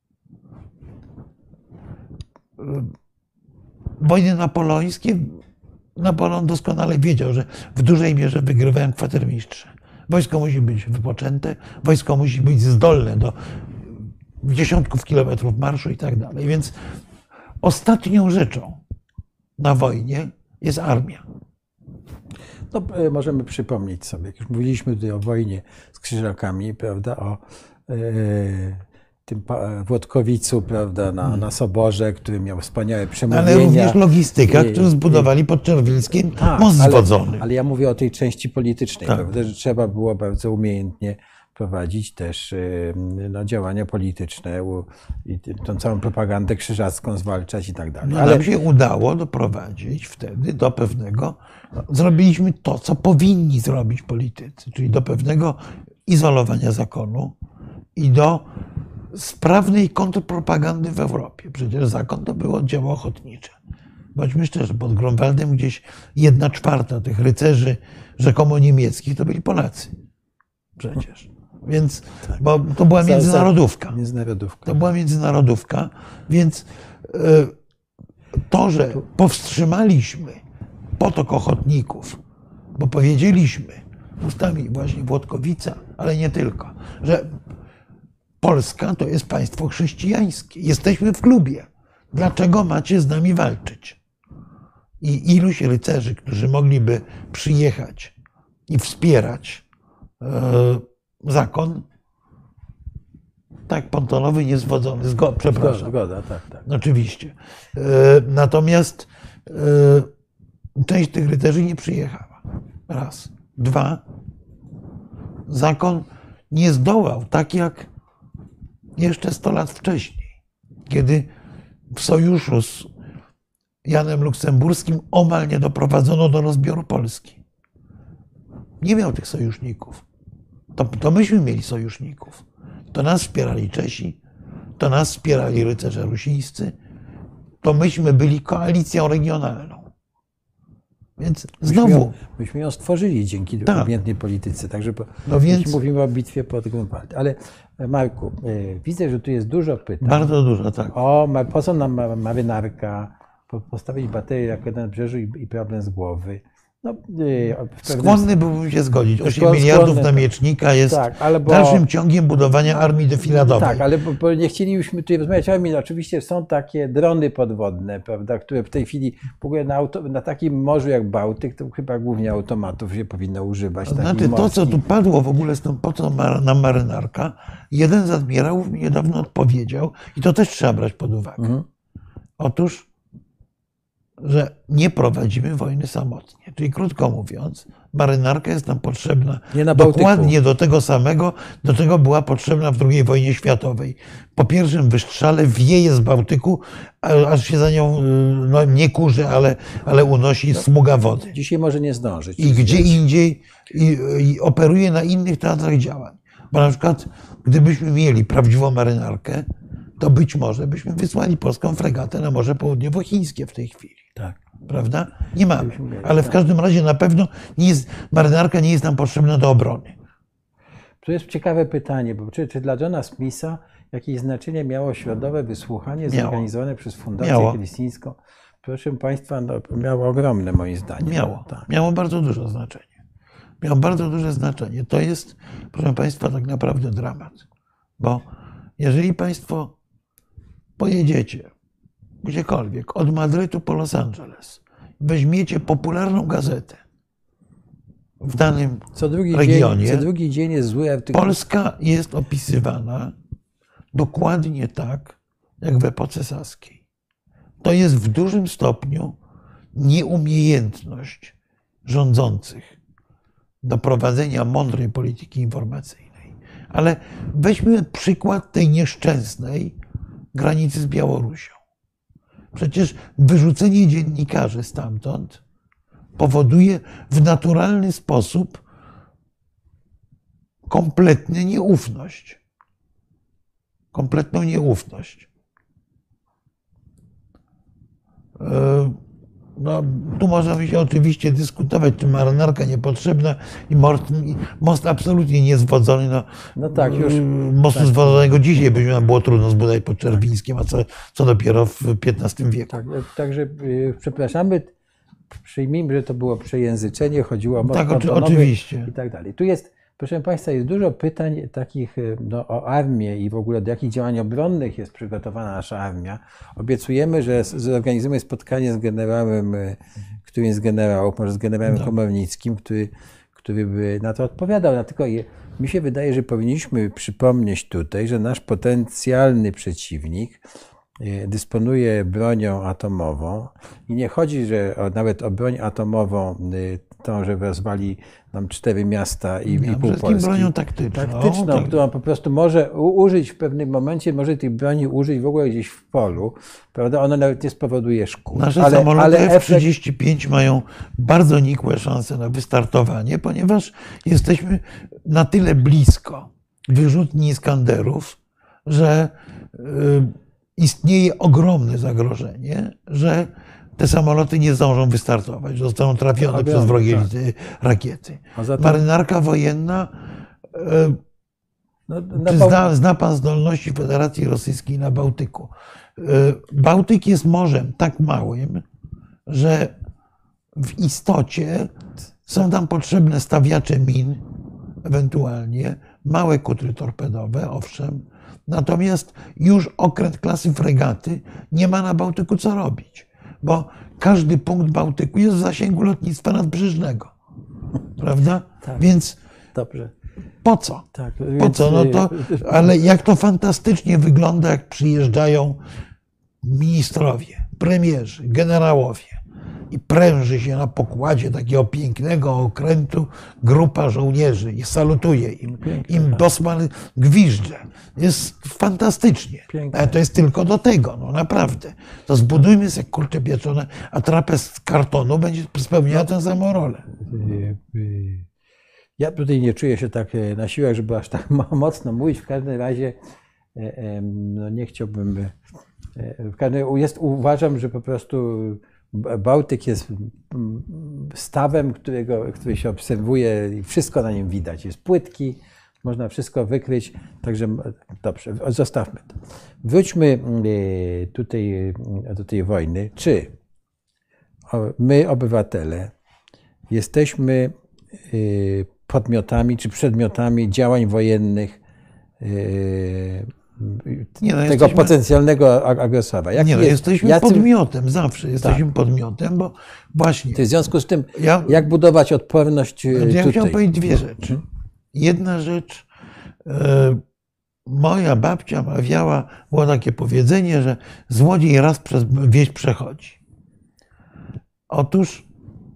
Wojny napoleońskie, Napoleon doskonale wiedział, że w dużej mierze wygrywają kwatermistrze. Wojsko musi być wypoczęte, wojsko musi być zdolne do dziesiątków kilometrów marszu i tak dalej. Więc ostatnią rzeczą na wojnie jest armia. No, możemy przypomnieć sobie, jak już mówiliśmy tutaj o wojnie z Krzyżakami, prawda, o e, tym Włodkowicu, prawda, na, na Soborze, który miał wspaniałe przemówienia. Ale również logistyka, którą zbudowali pod Czerwińskim, tak, most ale, zwodzony. Ale ja mówię o tej części politycznej, tak. prawda, że trzeba było bardzo umiejętnie prowadzić też no, działania polityczne i tą całą propagandę krzyżacką zwalczać i tak dalej. No, ale nam się udało doprowadzić wtedy do pewnego, no, zrobiliśmy to, co powinni zrobić politycy, czyli do pewnego izolowania zakonu i do sprawnej kontrpropagandy w Europie. Przecież zakon to było dzieło ochotnicze. Bądźmy szczerzy, pod Grunwaldem gdzieś jedna czwarta tych rycerzy rzekomo niemieckich to byli Polacy. Przecież. Więc, tak. Bo to była międzynarodówka. międzynarodówka. To była międzynarodówka, więc to, że powstrzymaliśmy potok ochotników, bo powiedzieliśmy ustami właśnie Włodkowica, ale nie tylko, że Polska to jest państwo chrześcijańskie. Jesteśmy w klubie. Dlaczego macie z nami walczyć? I iluś rycerzy, którzy mogliby przyjechać i wspierać zakon, tak, pontonowy, niezwodzony, zgoda, przepraszam. Zgoda, tak, tak. Oczywiście. Natomiast część tych rycerzy nie przyjechała. Raz. Dwa. Zakon nie zdołał, tak jak jeszcze sto lat wcześniej, kiedy w sojuszu z Janem Luksemburskim omal nie doprowadzono do rozbioru Polski. Nie miał tych sojuszników. To, to myśmy mieli sojuszników. To nas wspierali Czesi, to nas wspierali rycerze rusińscy, to myśmy byli koalicją regionalną. Więc znowu... Myśmy ją, myśmy ją stworzyli dzięki tak. umiejętnej polityce. Także po, no więc... mówimy o bitwie pod Grunwald. Ale Marku, widzę, że tu jest dużo pytań. Bardzo dużo, tak. O, po co nam marynarka, postawić baterię jak na brzeżu i, i problem z głowy. No, yy, Skłonny byłbym się zgodzić. osiem skłonny, miliardów na miecznika jest tak, ale bo, dalszym ciągiem budowania armii defiladowej. Tak, ale bo, bo nie chcielibyśmy tutaj rozmawiać o armii. No, oczywiście są takie drony podwodne, prawda, które w tej chwili w ogóle na, auto, na takim morzu jak Bałtyk, to chyba głównie automatów się powinno używać. Znaczy, to, co tu padło w ogóle z tą po co na marynarka, jeden z admirałów mi niedawno odpowiedział, i to też trzeba brać pod uwagę. Mhm. Otóż, że nie prowadzimy wojny samotnie. Czyli krótko mówiąc, marynarka jest nam potrzebna dokładnie do tego samego, do czego była potrzebna w drugiej wojnie światowej. Po pierwszym wystrzale wieje z Bałtyku, aż się za nią no, nie kurzy, ale, ale unosi smuga wody. Dzisiaj może nie zdążyć. I gdzie indziej i, i operuje na innych teatrach działań. Bo na przykład, gdybyśmy mieli prawdziwą marynarkę, to być może byśmy wysłali polską fregatę na Morze Południowochińskie w tej chwili. Tak. Prawda? Nie mamy. Ale w każdym razie na pewno nie jest, marynarka nie jest nam potrzebna do obrony. To jest ciekawe pytanie, bo czy, czy dla Johna Smitha jakieś znaczenie miało środowe wysłuchanie miało. zorganizowane przez Fundację Helsińską? Proszę Państwa, no, miało ogromne moim zdaniem. Miało. Tak. Miało bardzo duże znaczenie. Miało bardzo duże znaczenie. To jest, proszę Państwa, tak naprawdę dramat. Bo jeżeli Państwo pojedziecie gdziekolwiek, od Madrytu po Los Angeles, weźmiecie popularną gazetę w danym co drugi regionie, dzień, co drugi dzień jest zły artykuł. Polska jest opisywana dokładnie tak, jak w epoce saskiej. To jest w dużym stopniu nieumiejętność rządzących do prowadzenia mądrej polityki informacyjnej. Ale weźmy przykład tej nieszczęsnej granicy z Białorusią. Przecież wyrzucenie dziennikarzy stamtąd powoduje w naturalny sposób kompletną nieufność. Kompletną nieufność. No, tu można się oczywiście dyskutować, czy marynarka niepotrzebna i most, most absolutnie niezwodzony. No, no tak, już. Mostu tak. zwodzonego dzisiaj by nam było trudno zbudować pod Czerwińskiem, a co, co dopiero w piętnastym wieku. Tak, także yy, przepraszamy, przyjmijmy, że to było przejęzyczenie, chodziło o most tak, pontonowy oczywiście. i tak dalej. Tu jest, proszę Państwa, jest dużo pytań takich no, o armię i w ogóle do jakich działań obronnych jest przygotowana nasza armia. Obiecujemy, że zorganizujemy spotkanie z generałem, którymś z generałów, może z generałem no. Komornickim, który, który by na to odpowiadał. No, tylko mi się wydaje, że powinniśmy przypomnieć tutaj, że nasz potencjalny przeciwnik dysponuje bronią atomową i nie chodzi, że o, nawet o broń atomową, tą, że rozwali nam cztery miasta i, ja, i pół Polski. bronią taktyczną. Taktyczną, tak. którą po prostu może użyć w pewnym momencie, może tej broni użyć w ogóle gdzieś w polu, prawda? Ona nawet nie spowoduje szkód. Nasze ale, samoloty ale F trzydzieści pięć mają bardzo nikłe szanse na wystartowanie, ponieważ jesteśmy na tyle blisko wyrzutni Iskanderów, że yy, istnieje ogromne zagrożenie, że te samoloty nie zdążą wystartować, zostaną trafione no, przez wrogie tak. rakiety. Zatem... Marynarka wojenna, no, czy zna, zna pan zdolności Federacji Rosyjskiej na Bałtyku? Bałtyk jest morzem tak małym, że w istocie są tam potrzebne stawiacze min, ewentualnie małe kutry torpedowe, owszem, natomiast już okręt klasy fregaty nie ma na Bałtyku co robić, bo każdy punkt Bałtyku jest w zasięgu lotnictwa nadbrzeżnego, prawda? Tak. Więc dobrze. Po co? Tak, po więc... co? No to, ale jak to fantastycznie wygląda, jak przyjeżdżają ministrowie, premierzy, generałowie i pręży się na pokładzie takiego pięknego okrętu grupa żołnierzy i salutuje im. Pięknie, Im tak. Bosman gwiżdże. Jest fantastycznie. Pięknie. Ale to jest tylko do tego, no naprawdę. To zbudujmy sobie kurczę pieczone, a trapez z kartonu będzie spełniała tę samą rolę. Ja tutaj nie czuję się tak na siłach, żeby aż tak mocno mówić. W każdym razie no nie chciałbym. W każdym jest, uważam, że po prostu Bałtyk jest stawem, którego, który się obserwuje i wszystko na nim widać. Jest płytki, można wszystko wykryć, także dobrze, zostawmy to. Wróćmy tutaj do tej wojny. Czy my, obywatele, jesteśmy podmiotami czy przedmiotami działań wojennych nie, no, tego jesteśmy, potencjalnego agresora. Jak nie, no, jest, jesteśmy jacy... podmiotem, zawsze jesteśmy tak. podmiotem, bo właśnie... W związku z tym, ja, jak budować odporność ja tutaj? Ja chciałem powiedzieć dwie rzeczy. Jedna rzecz, e, moja babcia mawiała, było takie powiedzenie, że złodziej raz przez wieś przechodzi. Otóż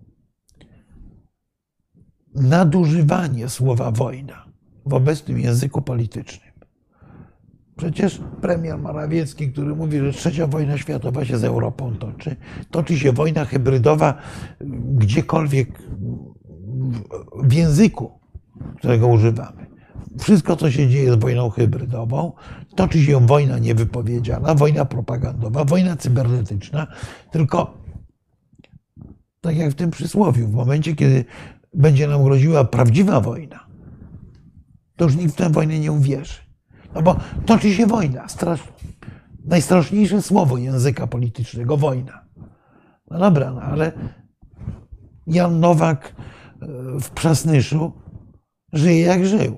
nadużywanie słowa wojna w obecnym języku politycznym. Przecież premier Morawiecki, który mówi, że trzecia wojna światowa się z Europą toczy, toczy się wojna hybrydowa gdziekolwiek w języku, którego używamy. Wszystko, co się dzieje, jest wojną hybrydową. Toczy się wojna niewypowiedziana, wojna propagandowa, wojna cybernetyczna. Tylko, tak jak w tym przysłowiu, w momencie, kiedy będzie nam groziła prawdziwa wojna, to już nikt w tę wojnę nie uwierzy. No bo toczy się wojna. Strasz... Najstraszniejsze słowo języka politycznego, wojna. No dobra, no ale Jan Nowak w Przasnyszu żyje jak żył.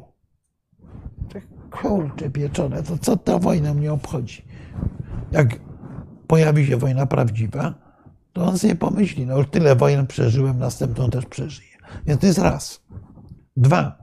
Kurczę pieczone, to co ta wojna mnie obchodzi? Jak pojawi się wojna prawdziwa, to on sobie pomyśli, no już tyle wojen przeżyłem, następną też przeżyję. Więc to jest raz. Dwa.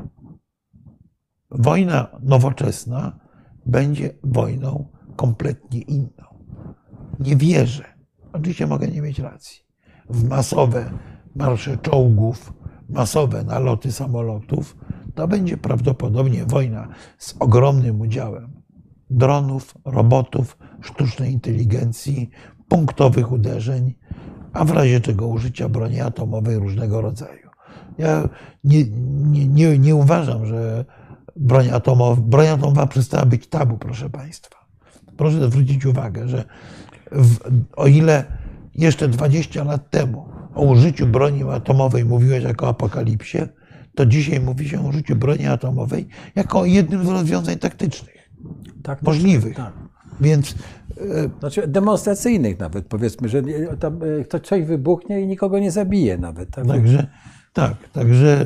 Wojna nowoczesna będzie wojną kompletnie inną. Nie wierzę, oczywiście mogę nie mieć racji, w masowe marsze czołgów, masowe naloty samolotów. To będzie prawdopodobnie wojna z ogromnym udziałem dronów, robotów, sztucznej inteligencji, punktowych uderzeń, a w razie czego użycia broni atomowej różnego rodzaju. Ja nie, nie, nie, nie uważam, że broń atomowa, broń atomowa przestała być tabu, proszę Państwa. Proszę zwrócić uwagę, że w, o ile jeszcze dwadzieścia lat temu o użyciu broni atomowej mówiłeś jako o apokalipsie, to dzisiaj mówi się o użyciu broni atomowej jako o jednym z rozwiązań taktycznych, tak, możliwych. Tak. Więc, znaczy demonstracyjnych nawet, powiedzmy, że tam to coś wybuchnie i nikogo nie zabije nawet. Tak? Także, tak, także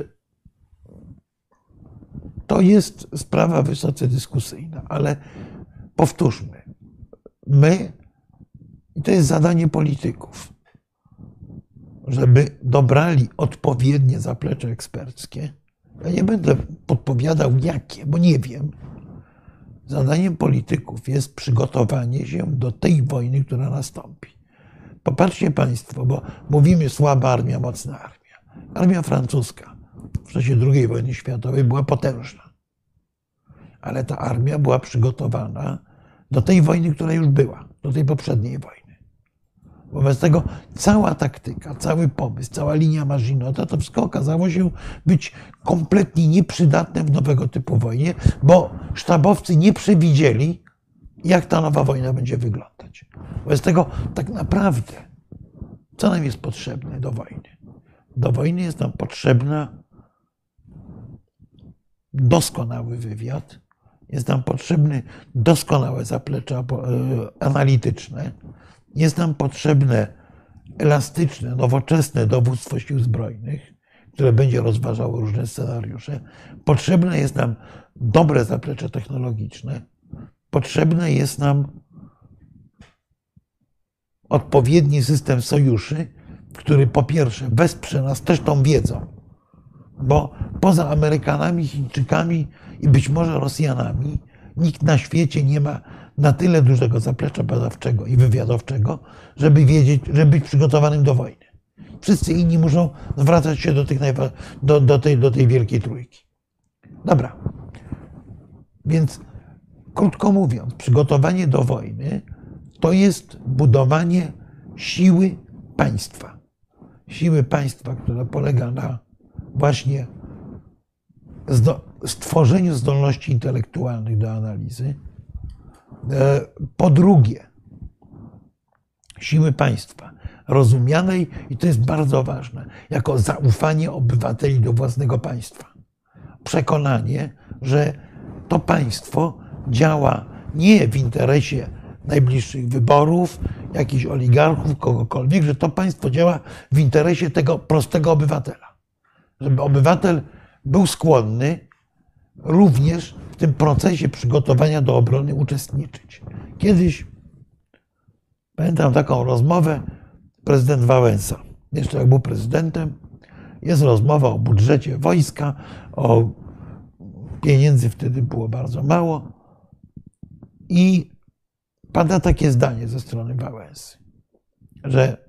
to jest sprawa wysoce dyskusyjna, ale powtórzmy, my, i to jest zadanie polityków, żeby dobrali odpowiednie zaplecze eksperckie. Ja nie będę podpowiadał jakie, bo nie wiem. Zadaniem polityków jest przygotowanie się do tej wojny, która nastąpi. Popatrzcie Państwo, bo mówimy słaba armia, mocna armia. Armia francuska w czasie drugiej wojny światowej była potężna. Ale ta armia była przygotowana do tej wojny, która już była, do tej poprzedniej wojny. Wobec tego cała taktyka, cały pomysł, cała linia Maginota, to wszystko okazało się być kompletnie nieprzydatne w nowego typu wojnie, bo sztabowcy nie przewidzieli, jak ta nowa wojna będzie wyglądać. Wobec tego tak naprawdę, co nam jest potrzebne do wojny? Do wojny jest nam potrzebna doskonały wywiad, jest nam potrzebne doskonałe zaplecze analityczne, jest nam potrzebne elastyczne, nowoczesne dowództwo sił zbrojnych, które będzie rozważało różne scenariusze. Potrzebne jest nam dobre zaplecze technologiczne. Potrzebne jest nam odpowiedni system sojuszy, który po pierwsze wesprze nas też tą wiedzą, bo poza Amerykanami, Chińczykami i być może Rosjanami nikt na świecie nie ma na tyle dużego zaplecza badawczego i wywiadowczego, żeby wiedzieć, żeby być przygotowanym do wojny. Wszyscy inni muszą zwracać się do, tych najwa- do, do, tej, do tej wielkiej trójki. Dobra. Więc krótko mówiąc, przygotowanie do wojny to jest budowanie siły państwa. Siły państwa, która polega na właśnie stworzeniu zdolności intelektualnych do analizy. Po drugie, siły państwa rozumianej, i to jest bardzo ważne, jako zaufanie obywateli do własnego państwa. Przekonanie, że to państwo działa nie w interesie najbliższych wyborów, jakichś oligarchów, kogokolwiek, że to państwo działa w interesie tego prostego obywatela. Żeby obywatel był skłonny również w tym procesie przygotowania do obrony uczestniczyć. Kiedyś pamiętam taką rozmowę, prezydent Wałęsa, jeszcze jak był prezydentem, jest rozmowa o budżecie wojska, o pieniędzy wtedy było bardzo mało i pada takie zdanie ze strony Wałęsy, że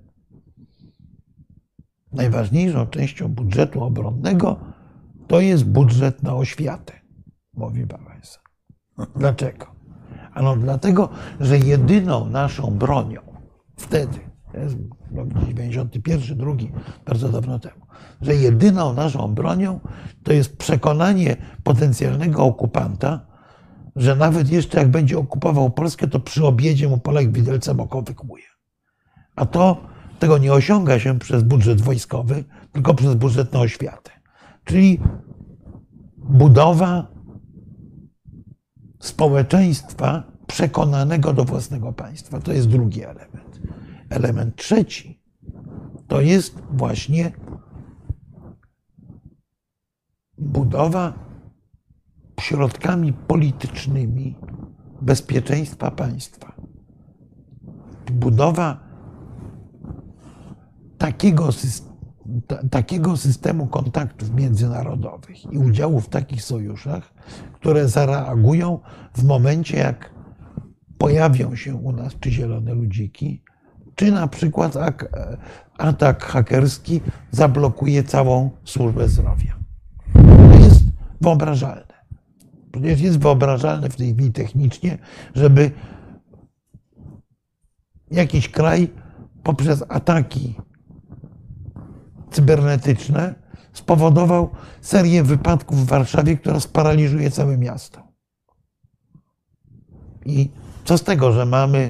najważniejszą częścią budżetu obronnego to jest budżet na oświatę, mówi Wałęsa. Dlaczego? Ano dlatego, że jedyną naszą bronią wtedy, to jest rok dziewięćdziesiąty pierwszy, drugi, bardzo dawno temu, że jedyną naszą bronią to jest przekonanie potencjalnego okupanta, że nawet jeszcze jak będzie okupował Polskę, to przy obiedzie mu Polak widelcem oko wykłuje. A to, tego nie osiąga się przez budżet wojskowy, tylko przez budżet na oświatę. Czyli budowa społeczeństwa przekonanego do własnego państwa. To jest drugi element. Element trzeci to jest właśnie budowa środkami politycznymi bezpieczeństwa państwa. Budowa takiego, takiego systemu kontaktów międzynarodowych i udziału w takich sojuszach, które zareagują w momencie, jak pojawią się u nas czy zielone ludziki, czy na przykład atak hakerski zablokuje całą służbę zdrowia. To jest wyobrażalne. Przecież jest wyobrażalne w tej chwili technicznie, żeby jakiś kraj poprzez ataki cybernetyczne spowodował serię wypadków w Warszawie, która sparaliżuje całe miasto. I co z tego, że mamy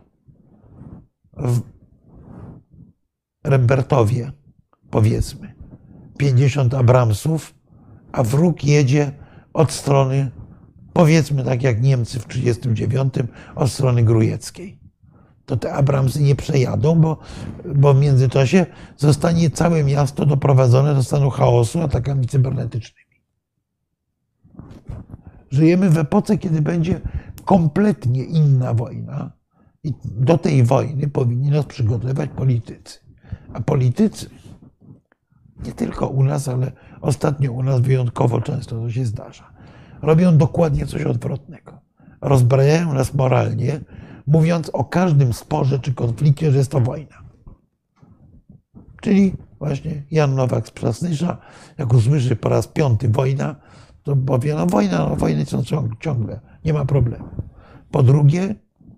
w Rembertowie, powiedzmy, pięćdziesiąt Abramsów, a wróg jedzie od strony, powiedzmy tak jak Niemcy w tysiąc dziewięćset trzydziestym dziewiątym, od strony grujeckiej. To te Abramsy nie przejadą, bo, bo w międzyczasie zostanie całe miasto doprowadzone do stanu chaosu atakami cybernetycznymi. Żyjemy w epoce, kiedy będzie kompletnie inna wojna i do tej wojny powinni nas przygotowywać politycy. A politycy, nie tylko u nas, ale ostatnio u nas wyjątkowo często to się zdarza, robią dokładnie coś odwrotnego. Rozbrajają nas moralnie, mówiąc o każdym sporze czy konflikcie, że jest to wojna. Czyli właśnie Jan Nowak z Przasnysza, jak usłyszy po raz piąty wojna, to powie, no wojna, no wojny są ciągle, nie ma problemu. Po drugie,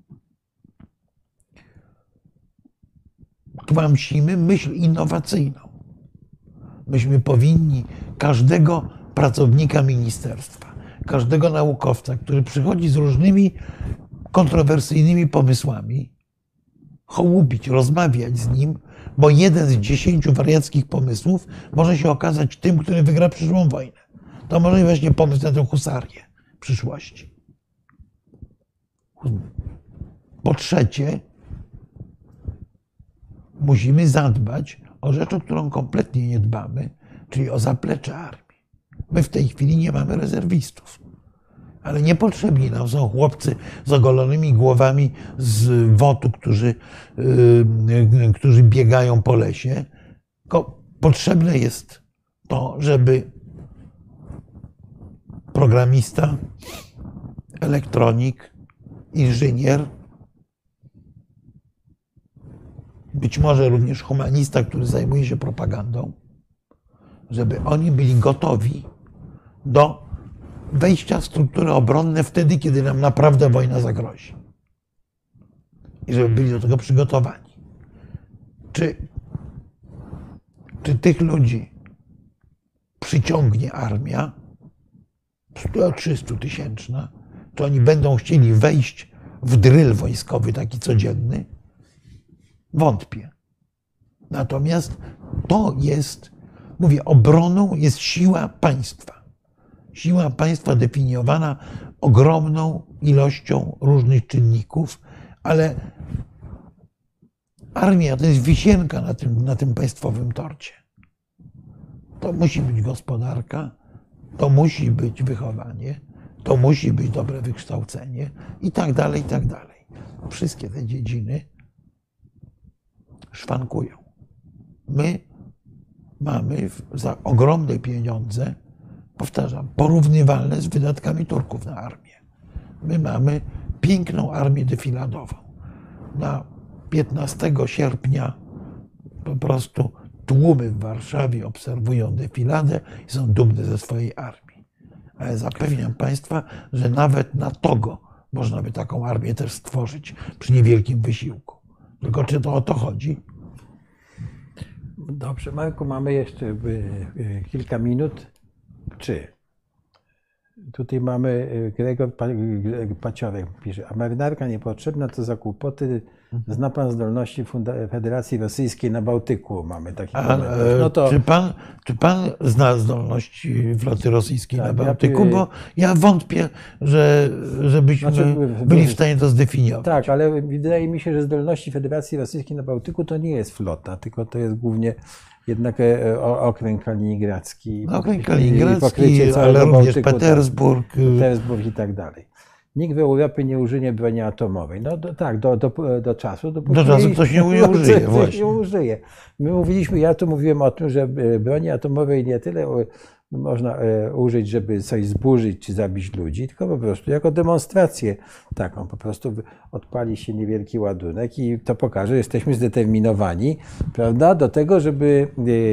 tłamsimy myśl innowacyjną. Myśmy powinni każdego pracownika ministerstwa, każdego naukowca, który przychodzi z różnymi kontrowersyjnymi pomysłami, hołubić, rozmawiać z nim, bo jeden z dziesięciu wariackich pomysłów może się okazać tym, który wygra przyszłą wojnę. To może być właśnie pomysł na tę husarię w przyszłości. Po trzecie, musimy zadbać o rzecz, o którą kompletnie nie dbamy, czyli o zaplecze armii. My w tej chwili nie mamy rezerwistów. Ale niepotrzebni nam są chłopcy z ogolonymi głowami z wotu, którzy, yy, którzy biegają po lesie. Tylko potrzebne jest to, żeby programista, elektronik, inżynier, być może również humanista, który zajmuje się propagandą, żeby oni byli gotowi do wejścia w struktury obronne wtedy, kiedy nam naprawdę wojna zagrozi. I żeby byli do tego przygotowani. Czy, czy tych ludzi przyciągnie armia trzystutysięczna? Czy oni będą chcieli wejść w dryl wojskowy taki codzienny? Wątpię. Natomiast to jest, mówię, obroną jest siła państwa. Siła państwa definiowana ogromną ilością różnych czynników, Ale armia to jest wisienka na tym, na tym państwowym torcie. To musi być gospodarka, to musi być wychowanie, to musi być dobre wykształcenie i tak dalej, i tak dalej. Wszystkie te dziedziny szwankują. My mamy za ogromne pieniądze, powtarzam, porównywalne z wydatkami Turków na armię. My mamy piękną armię defiladową. Na piętnastego sierpnia po prostu tłumy w Warszawie obserwują defiladę i są dumne ze swojej armii. Ale zapewniam Państwa, że nawet na Togo można by taką armię też stworzyć przy niewielkim wysiłku. Tylko czy to o to chodzi? Dobrze, Marku, mamy jeszcze kilka minut. Czy? Tutaj mamy Gregor Paciorek pisze, a marynarka niepotrzebna to za kłopoty. Zna pan zdolności Federacji Rosyjskiej na Bałtyku? Mamy taki a, no to... czy, pan, czy pan zna zdolności floty rosyjskiej tak, na Bałtyku? Ja... Bo ja wątpię, że, żebyśmy znaczy, byli w stanie to zdefiniować. Tak, ale wydaje mi się, że zdolności Federacji Rosyjskiej na Bałtyku to nie jest flota, tylko to jest głównie jednak okręg kaliningradzki. Okręg kaliningradzki, ale również Bałtyku, Petersburg. Tak, Petersburg i tak dalej. Nikt w Europie nie użyje broni atomowej. No do, tak, do, do, do czasu. Do czasu ktoś nie użyje, ktoś właśnie. Nie użyje. My mówiliśmy, ja tu mówiłem o tym, że broni atomowej nie tyle można użyć, żeby coś zburzyć czy zabić ludzi, tylko po prostu jako demonstrację taką. Po prostu odpali się niewielki ładunek i to pokaże, że jesteśmy zdeterminowani, prawda, do tego, żeby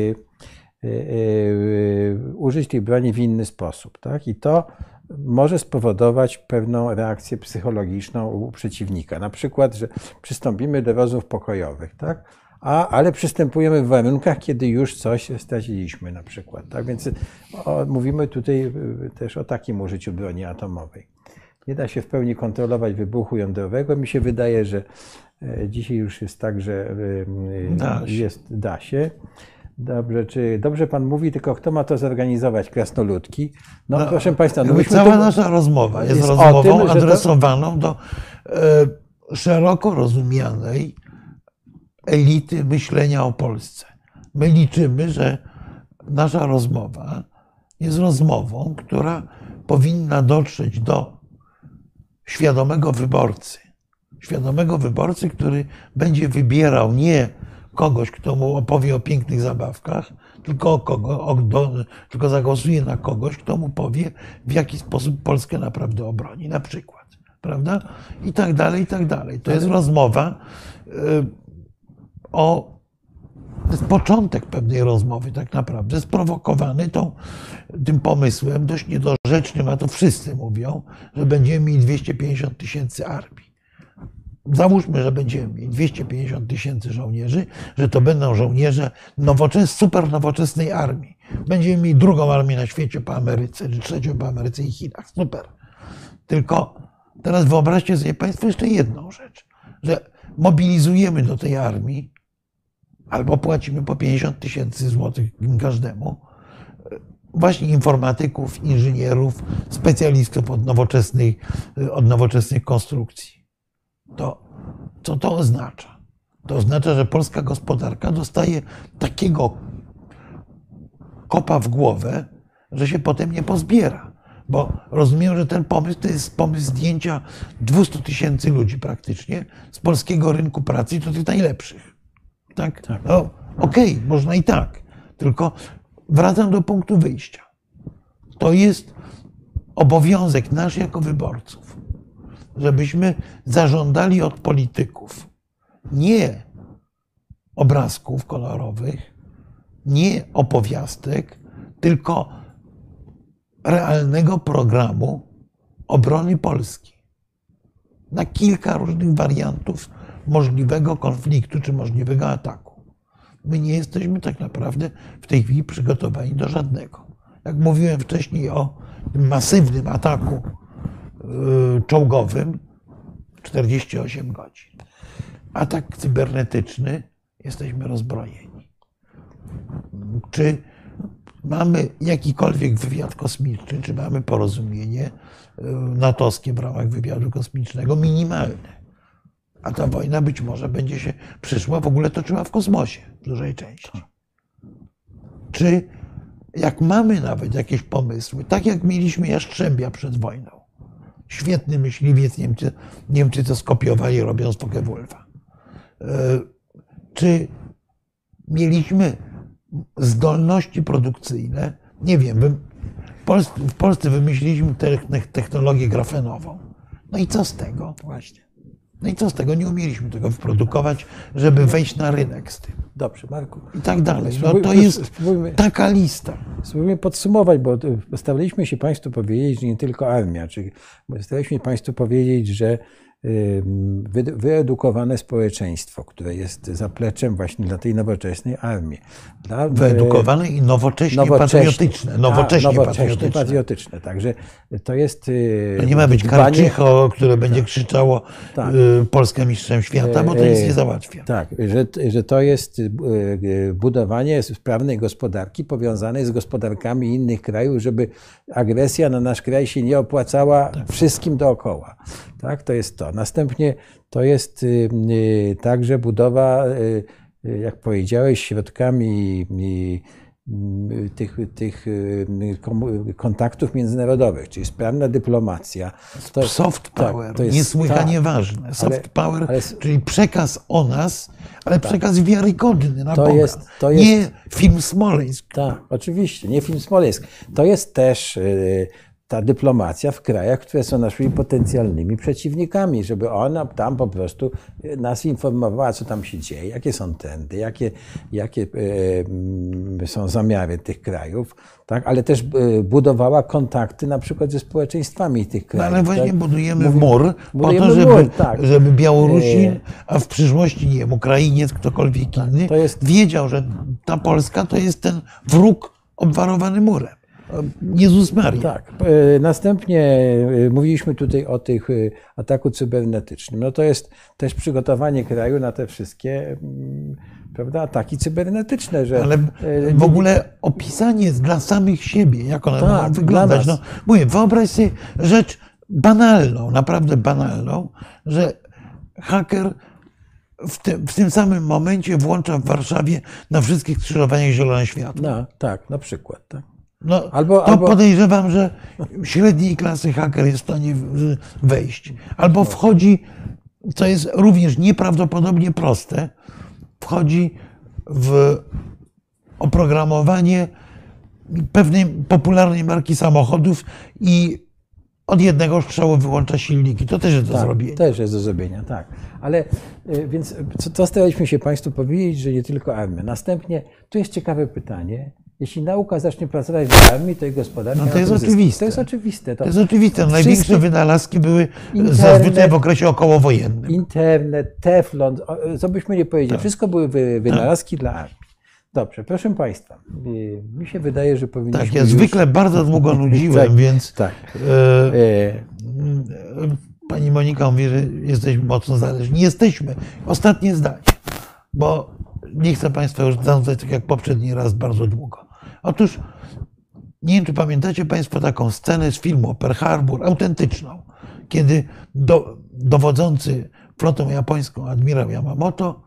użyć tej broni w inny sposób. Tak? I to może spowodować pewną reakcję psychologiczną u przeciwnika. Na przykład, że przystąpimy do rozmów pokojowych, tak? A, ale przystępujemy w warunkach, kiedy już coś straciliśmy na przykład. Tak? Więc o, mówimy tutaj też o takim użyciu broni atomowej. Nie da się w pełni kontrolować wybuchu jądrowego. Mi się wydaje, że dzisiaj już jest tak, że da się. Jest, da się. Dobrze, czy dobrze pan mówi, tylko kto ma to zorganizować? Krasnoludki? No, no proszę państwa, no cała tu... nasza rozmowa jest, jest rozmową tym, adresowaną to... do e, szeroko rozumianej elity myślenia o Polsce. My liczymy, że nasza rozmowa jest rozmową, która powinna dotrzeć do świadomego wyborcy. Świadomego wyborcy, który będzie wybierał nie kogoś, kto mu opowie o pięknych zabawkach, tylko, o kogo, o, do, tylko zagłosuje na kogoś, kto mu powie, w jaki sposób Polskę naprawdę obroni, na przykład. Prawda? I tak dalej, i tak dalej. To jest rozmowa y, o... To jest początek pewnej rozmowy tak naprawdę, sprowokowany tą, tym pomysłem dość niedorzecznym, a to wszyscy mówią, że będziemy mieli dwieście pięćdziesiąt tysięcy armii. Załóżmy, że będziemy mieli dwieście pięćdziesiąt tysięcy żołnierzy, że to będą żołnierze nowoczes, super nowoczesnej armii. Będziemy mieli drugą armię na świecie po Ameryce, czy trzecią po Ameryce i Chinach. Super. Tylko teraz wyobraźcie sobie Państwo jeszcze jedną rzecz, że mobilizujemy do tej armii albo płacimy po pięćdziesiąt tysięcy złotych każdemu właśnie informatyków, inżynierów, specjalistów od nowoczesnej, od nowoczesnych konstrukcji. To co to oznacza? To oznacza, że polska gospodarka dostaje takiego kopa w głowę, że się potem nie pozbiera. Bo rozumiem, że ten pomysł to jest pomysł zdjęcia dwustu tysięcy ludzi praktycznie z polskiego rynku pracy i to tych najlepszych. Tak? Tak. No, okej, okay, można i tak. Tylko wracam do punktu wyjścia. To jest obowiązek nasz jako wyborców, żebyśmy zażądali od polityków nie obrazków kolorowych, nie opowiastek, tylko realnego programu obrony Polski na kilka różnych wariantów możliwego konfliktu czy możliwego ataku. My nie jesteśmy tak naprawdę w tej chwili przygotowani do żadnego. Jak mówiłem wcześniej o tym masywnym ataku czołgowym, czterdzieści osiem godzin. Atak cybernetyczny, jesteśmy rozbrojeni. Czy mamy jakikolwiek wywiad kosmiczny, czy mamy porozumienie natowskie w ramach wywiadu kosmicznego? Minimalne. A ta wojna być może będzie się przyszła w ogóle toczyła w kosmosie w dużej części. Czy jak mamy nawet jakieś pomysły, tak jak mieliśmy Jastrzębia przed wojną, świetny myśliwiec, Niemcy, Niemcy to skopiowali, robiąc Focke-Wulfa. Czy mieliśmy zdolności produkcyjne? Nie wiem, w Polsce wymyśliliśmy technologię grafenową. No i co z tego? Właśnie. No i co z tego? Nie umieliśmy tego wyprodukować, żeby wejść na rynek z tym. Dobrze, Marku. I tak dalej. No to jest spróbujmy, taka lista. Spróbujmy podsumować, bo staraliśmy się Państwu powiedzieć, że nie tylko armia, czyli staraliśmy Państwu powiedzieć, że wyedukowane społeczeństwo, które jest zapleczem właśnie dla tej nowoczesnej armii. Dla, wyedukowane i nowocześnie, nowocześnie patriotyczne. Nowocześnie, a, nowocześnie patriotyczne. patriotyczne. Także to jest... To nie ma być dbanie... Karczycho, które będzie krzyczało tak. Polska mistrzem świata, bo to nic nie załatwia. Tak, że, że to jest budowanie sprawnej gospodarki powiązanej z gospodarkami innych krajów, żeby agresja na nasz kraj się nie opłacała tak. wszystkim dookoła. Tak, to jest to. Następnie to jest także budowa, jak powiedziałeś, środkami tych, tych kontaktów międzynarodowych, czyli sprawna dyplomacja. To, soft power, tak, to jest niesłychanie tak, ważne. Soft ale, power, ale, czyli przekaz o nas, ale tak, przekaz wiarygodny na to Boga. Jest, to jest, nie film Smoleńsk. Tak, oczywiście, nie film Smoleńsk. To jest też ta dyplomacja w krajach, które są naszymi potencjalnymi przeciwnikami, żeby ona tam po prostu nas informowała, co tam się dzieje, jakie są trendy, jakie, jakie e, są zamiary tych krajów, tak? Ale też budowała kontakty na przykład ze społeczeństwami tych krajów. No ale właśnie tak? budujemy Mówię, mur budujemy po to, żeby, mur, tak. żeby Białorusin, a w przyszłości nie wiem, Ukrainiec, ktokolwiek inny, to jest... wiedział, że ta Polska to jest ten wróg obwarowany murem. Jezus Maria. Tak. Następnie mówiliśmy tutaj o tych ataku cybernetycznym. No to jest też przygotowanie kraju na te wszystkie, prawda, ataki cybernetyczne. Że ale w ogóle opisanie dla samych siebie, jak one tak, mogą wyglądać. No, mówię, wyobraź sobie rzecz banalną, naprawdę banalną, że haker w, te, w tym samym momencie włącza w Warszawie na wszystkich skrzyżowaniach zielone światło. No, tak, na przykład. Tak. No, albo, to albo... podejrzewam, że średniej klasy haker jest w stanie wejść. Albo wchodzi, co jest również nieprawdopodobnie proste, wchodzi w oprogramowanie pewnej popularnej marki samochodów i od jednego strzału wyłącza silniki. To też jest do tak, zrobienia. Też jest do zrobienia, tak. Ale więc co, co staraliśmy się Państwu powiedzieć, że nie tylko armia. Następnie, tu jest ciekawe pytanie. Jeśli nauka zacznie pracować w armii, to i gospodarka. No to jest oczywiste. To jest oczywiste. To, to jest oczywiste. Największe wszystkie... wynalazki były internet, zazwyczaj w okresie okołowojennym. Internet, teflon, co byśmy nie powiedzieli. Tak. Wszystko były wynalazki tak. dla armii. Dobrze, proszę Państwa. Mi się wydaje, że powinniśmy. Tak, ja już... zwykle bardzo długo nudziłem, tak, więc. Tak. E, pani Monika mówi, że jesteśmy mocno zależni. Jesteśmy. Ostatnie zdanie, bo nie chcę Państwa już zanudzać tak jak poprzedni raz bardzo długo. Otóż, nie wiem, czy pamiętacie Państwo taką scenę z filmu Pearl Harbor, autentyczną, kiedy do, dowodzący flotą japońską admirał Yamamoto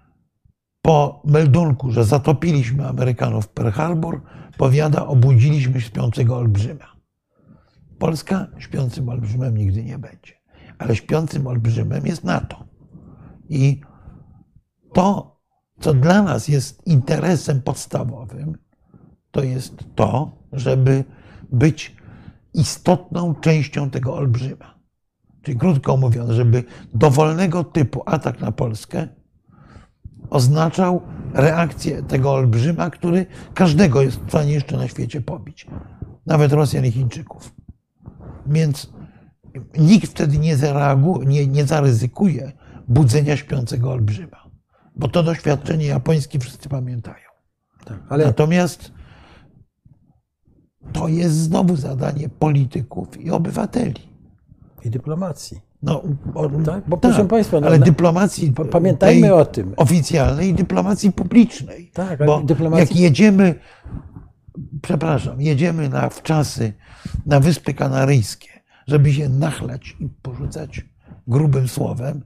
po meldunku, że zatopiliśmy Amerykanów w Pearl Harbor, powiada, obudziliśmy śpiącego olbrzyma. Polska śpiącym olbrzymem nigdy nie będzie, ale śpiącym olbrzymem jest NATO. I to, co dla nas jest interesem podstawowym, to jest to, żeby być istotną częścią tego olbrzyma. Czyli krótko mówiąc, żeby dowolnego typu atak na Polskę oznaczał reakcję tego olbrzyma, który każdego jest w stanie jeszcze na świecie pobić. Nawet Rosjan i Chińczyków. Więc nikt wtedy nie zareaguje, nie, nie zaryzykuje budzenia śpiącego olbrzyma. Bo to doświadczenie japońskie wszyscy pamiętają. Tak, ale... Natomiast to jest znowu zadanie polityków i obywateli. I dyplomacji. No, o, tak? Bo tak, proszę Państwa, no, ale dyplomacji pamiętajmy o tym. Oficjalnej i dyplomacji publicznej. Tak, bo dyplomacji... jak jedziemy, przepraszam, jedziemy na wczasy na Wyspy Kanaryjskie, żeby się nachlać i porzucać grubym słowem,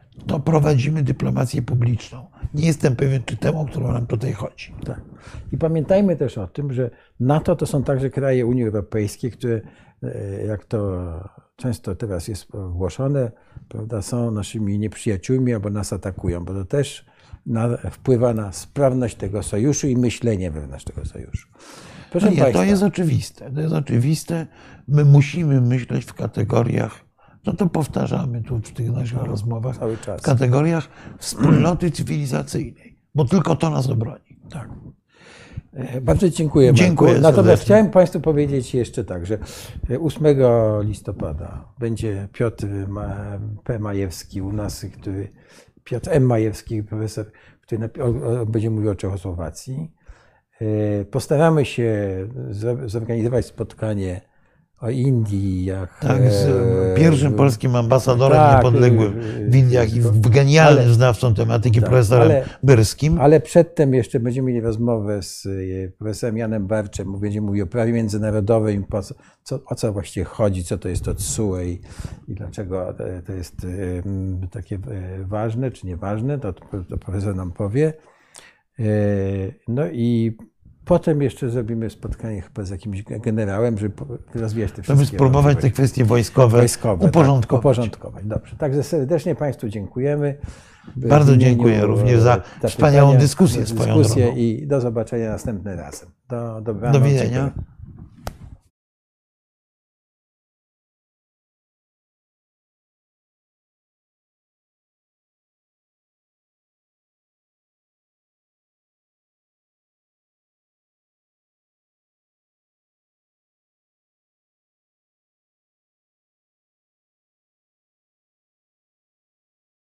to prowadzimy dyplomację publiczną. Nie jestem pewien, czy tę, o którą nam tutaj chodzi. Tak. I pamiętajmy też o tym, że NATO to są także kraje Unii Europejskiej, które, jak to często teraz jest głoszone, prawda, są naszymi nieprzyjaciółmi albo nas atakują, bo to też na, wpływa na sprawność tego sojuszu i myślenie wewnątrz tego sojuszu. Proszę no nie, Państwa, to jest oczywiste. To jest oczywiste. My musimy myśleć w kategoriach, no to powtarzamy tu w tych naszych no, rozmowach, cały czas. W kategoriach wspólnoty cywilizacyjnej, bo tylko to nas obroni. Tak. Bardzo dziękuję. Dziękuję. Marku. Natomiast chciałem Państwu powiedzieć jeszcze tak, że ósmego listopada będzie Piotr P. Majewski u nas, który, Piotr M. Majewski, profesor, który będzie mówił o Czechosłowacji. Postaramy się zorganizować spotkanie o Indiach. Tak, z pierwszym polskim ambasadorem tak, niepodległym w Indiach i w genialnym ale, znawcą tematyki tak, profesorem ale, Byrskim. Ale przedtem jeszcze będziemy mieli rozmowę z profesorem Janem Barczem, będzie mówił o prawie międzynarodowym, po co, co, o co właściwie chodzi, co to jest to T S U E i, i dlaczego to jest takie ważne czy nieważne, to, to profesor nam powie. No i potem jeszcze zrobimy spotkanie chyba z jakimś generałem, żeby rozwijać te wszystkie... Żeby spróbować te kwestie wojskowe, wojskowe uporządkować. Tak, uporządkować. Dobrze. Także serdecznie Państwu dziękujemy. Bardzo dziękuję również za wspaniałą dyskusję swoją drogą. I do zobaczenia następnym razem. Do, dobranoc. Do widzenia.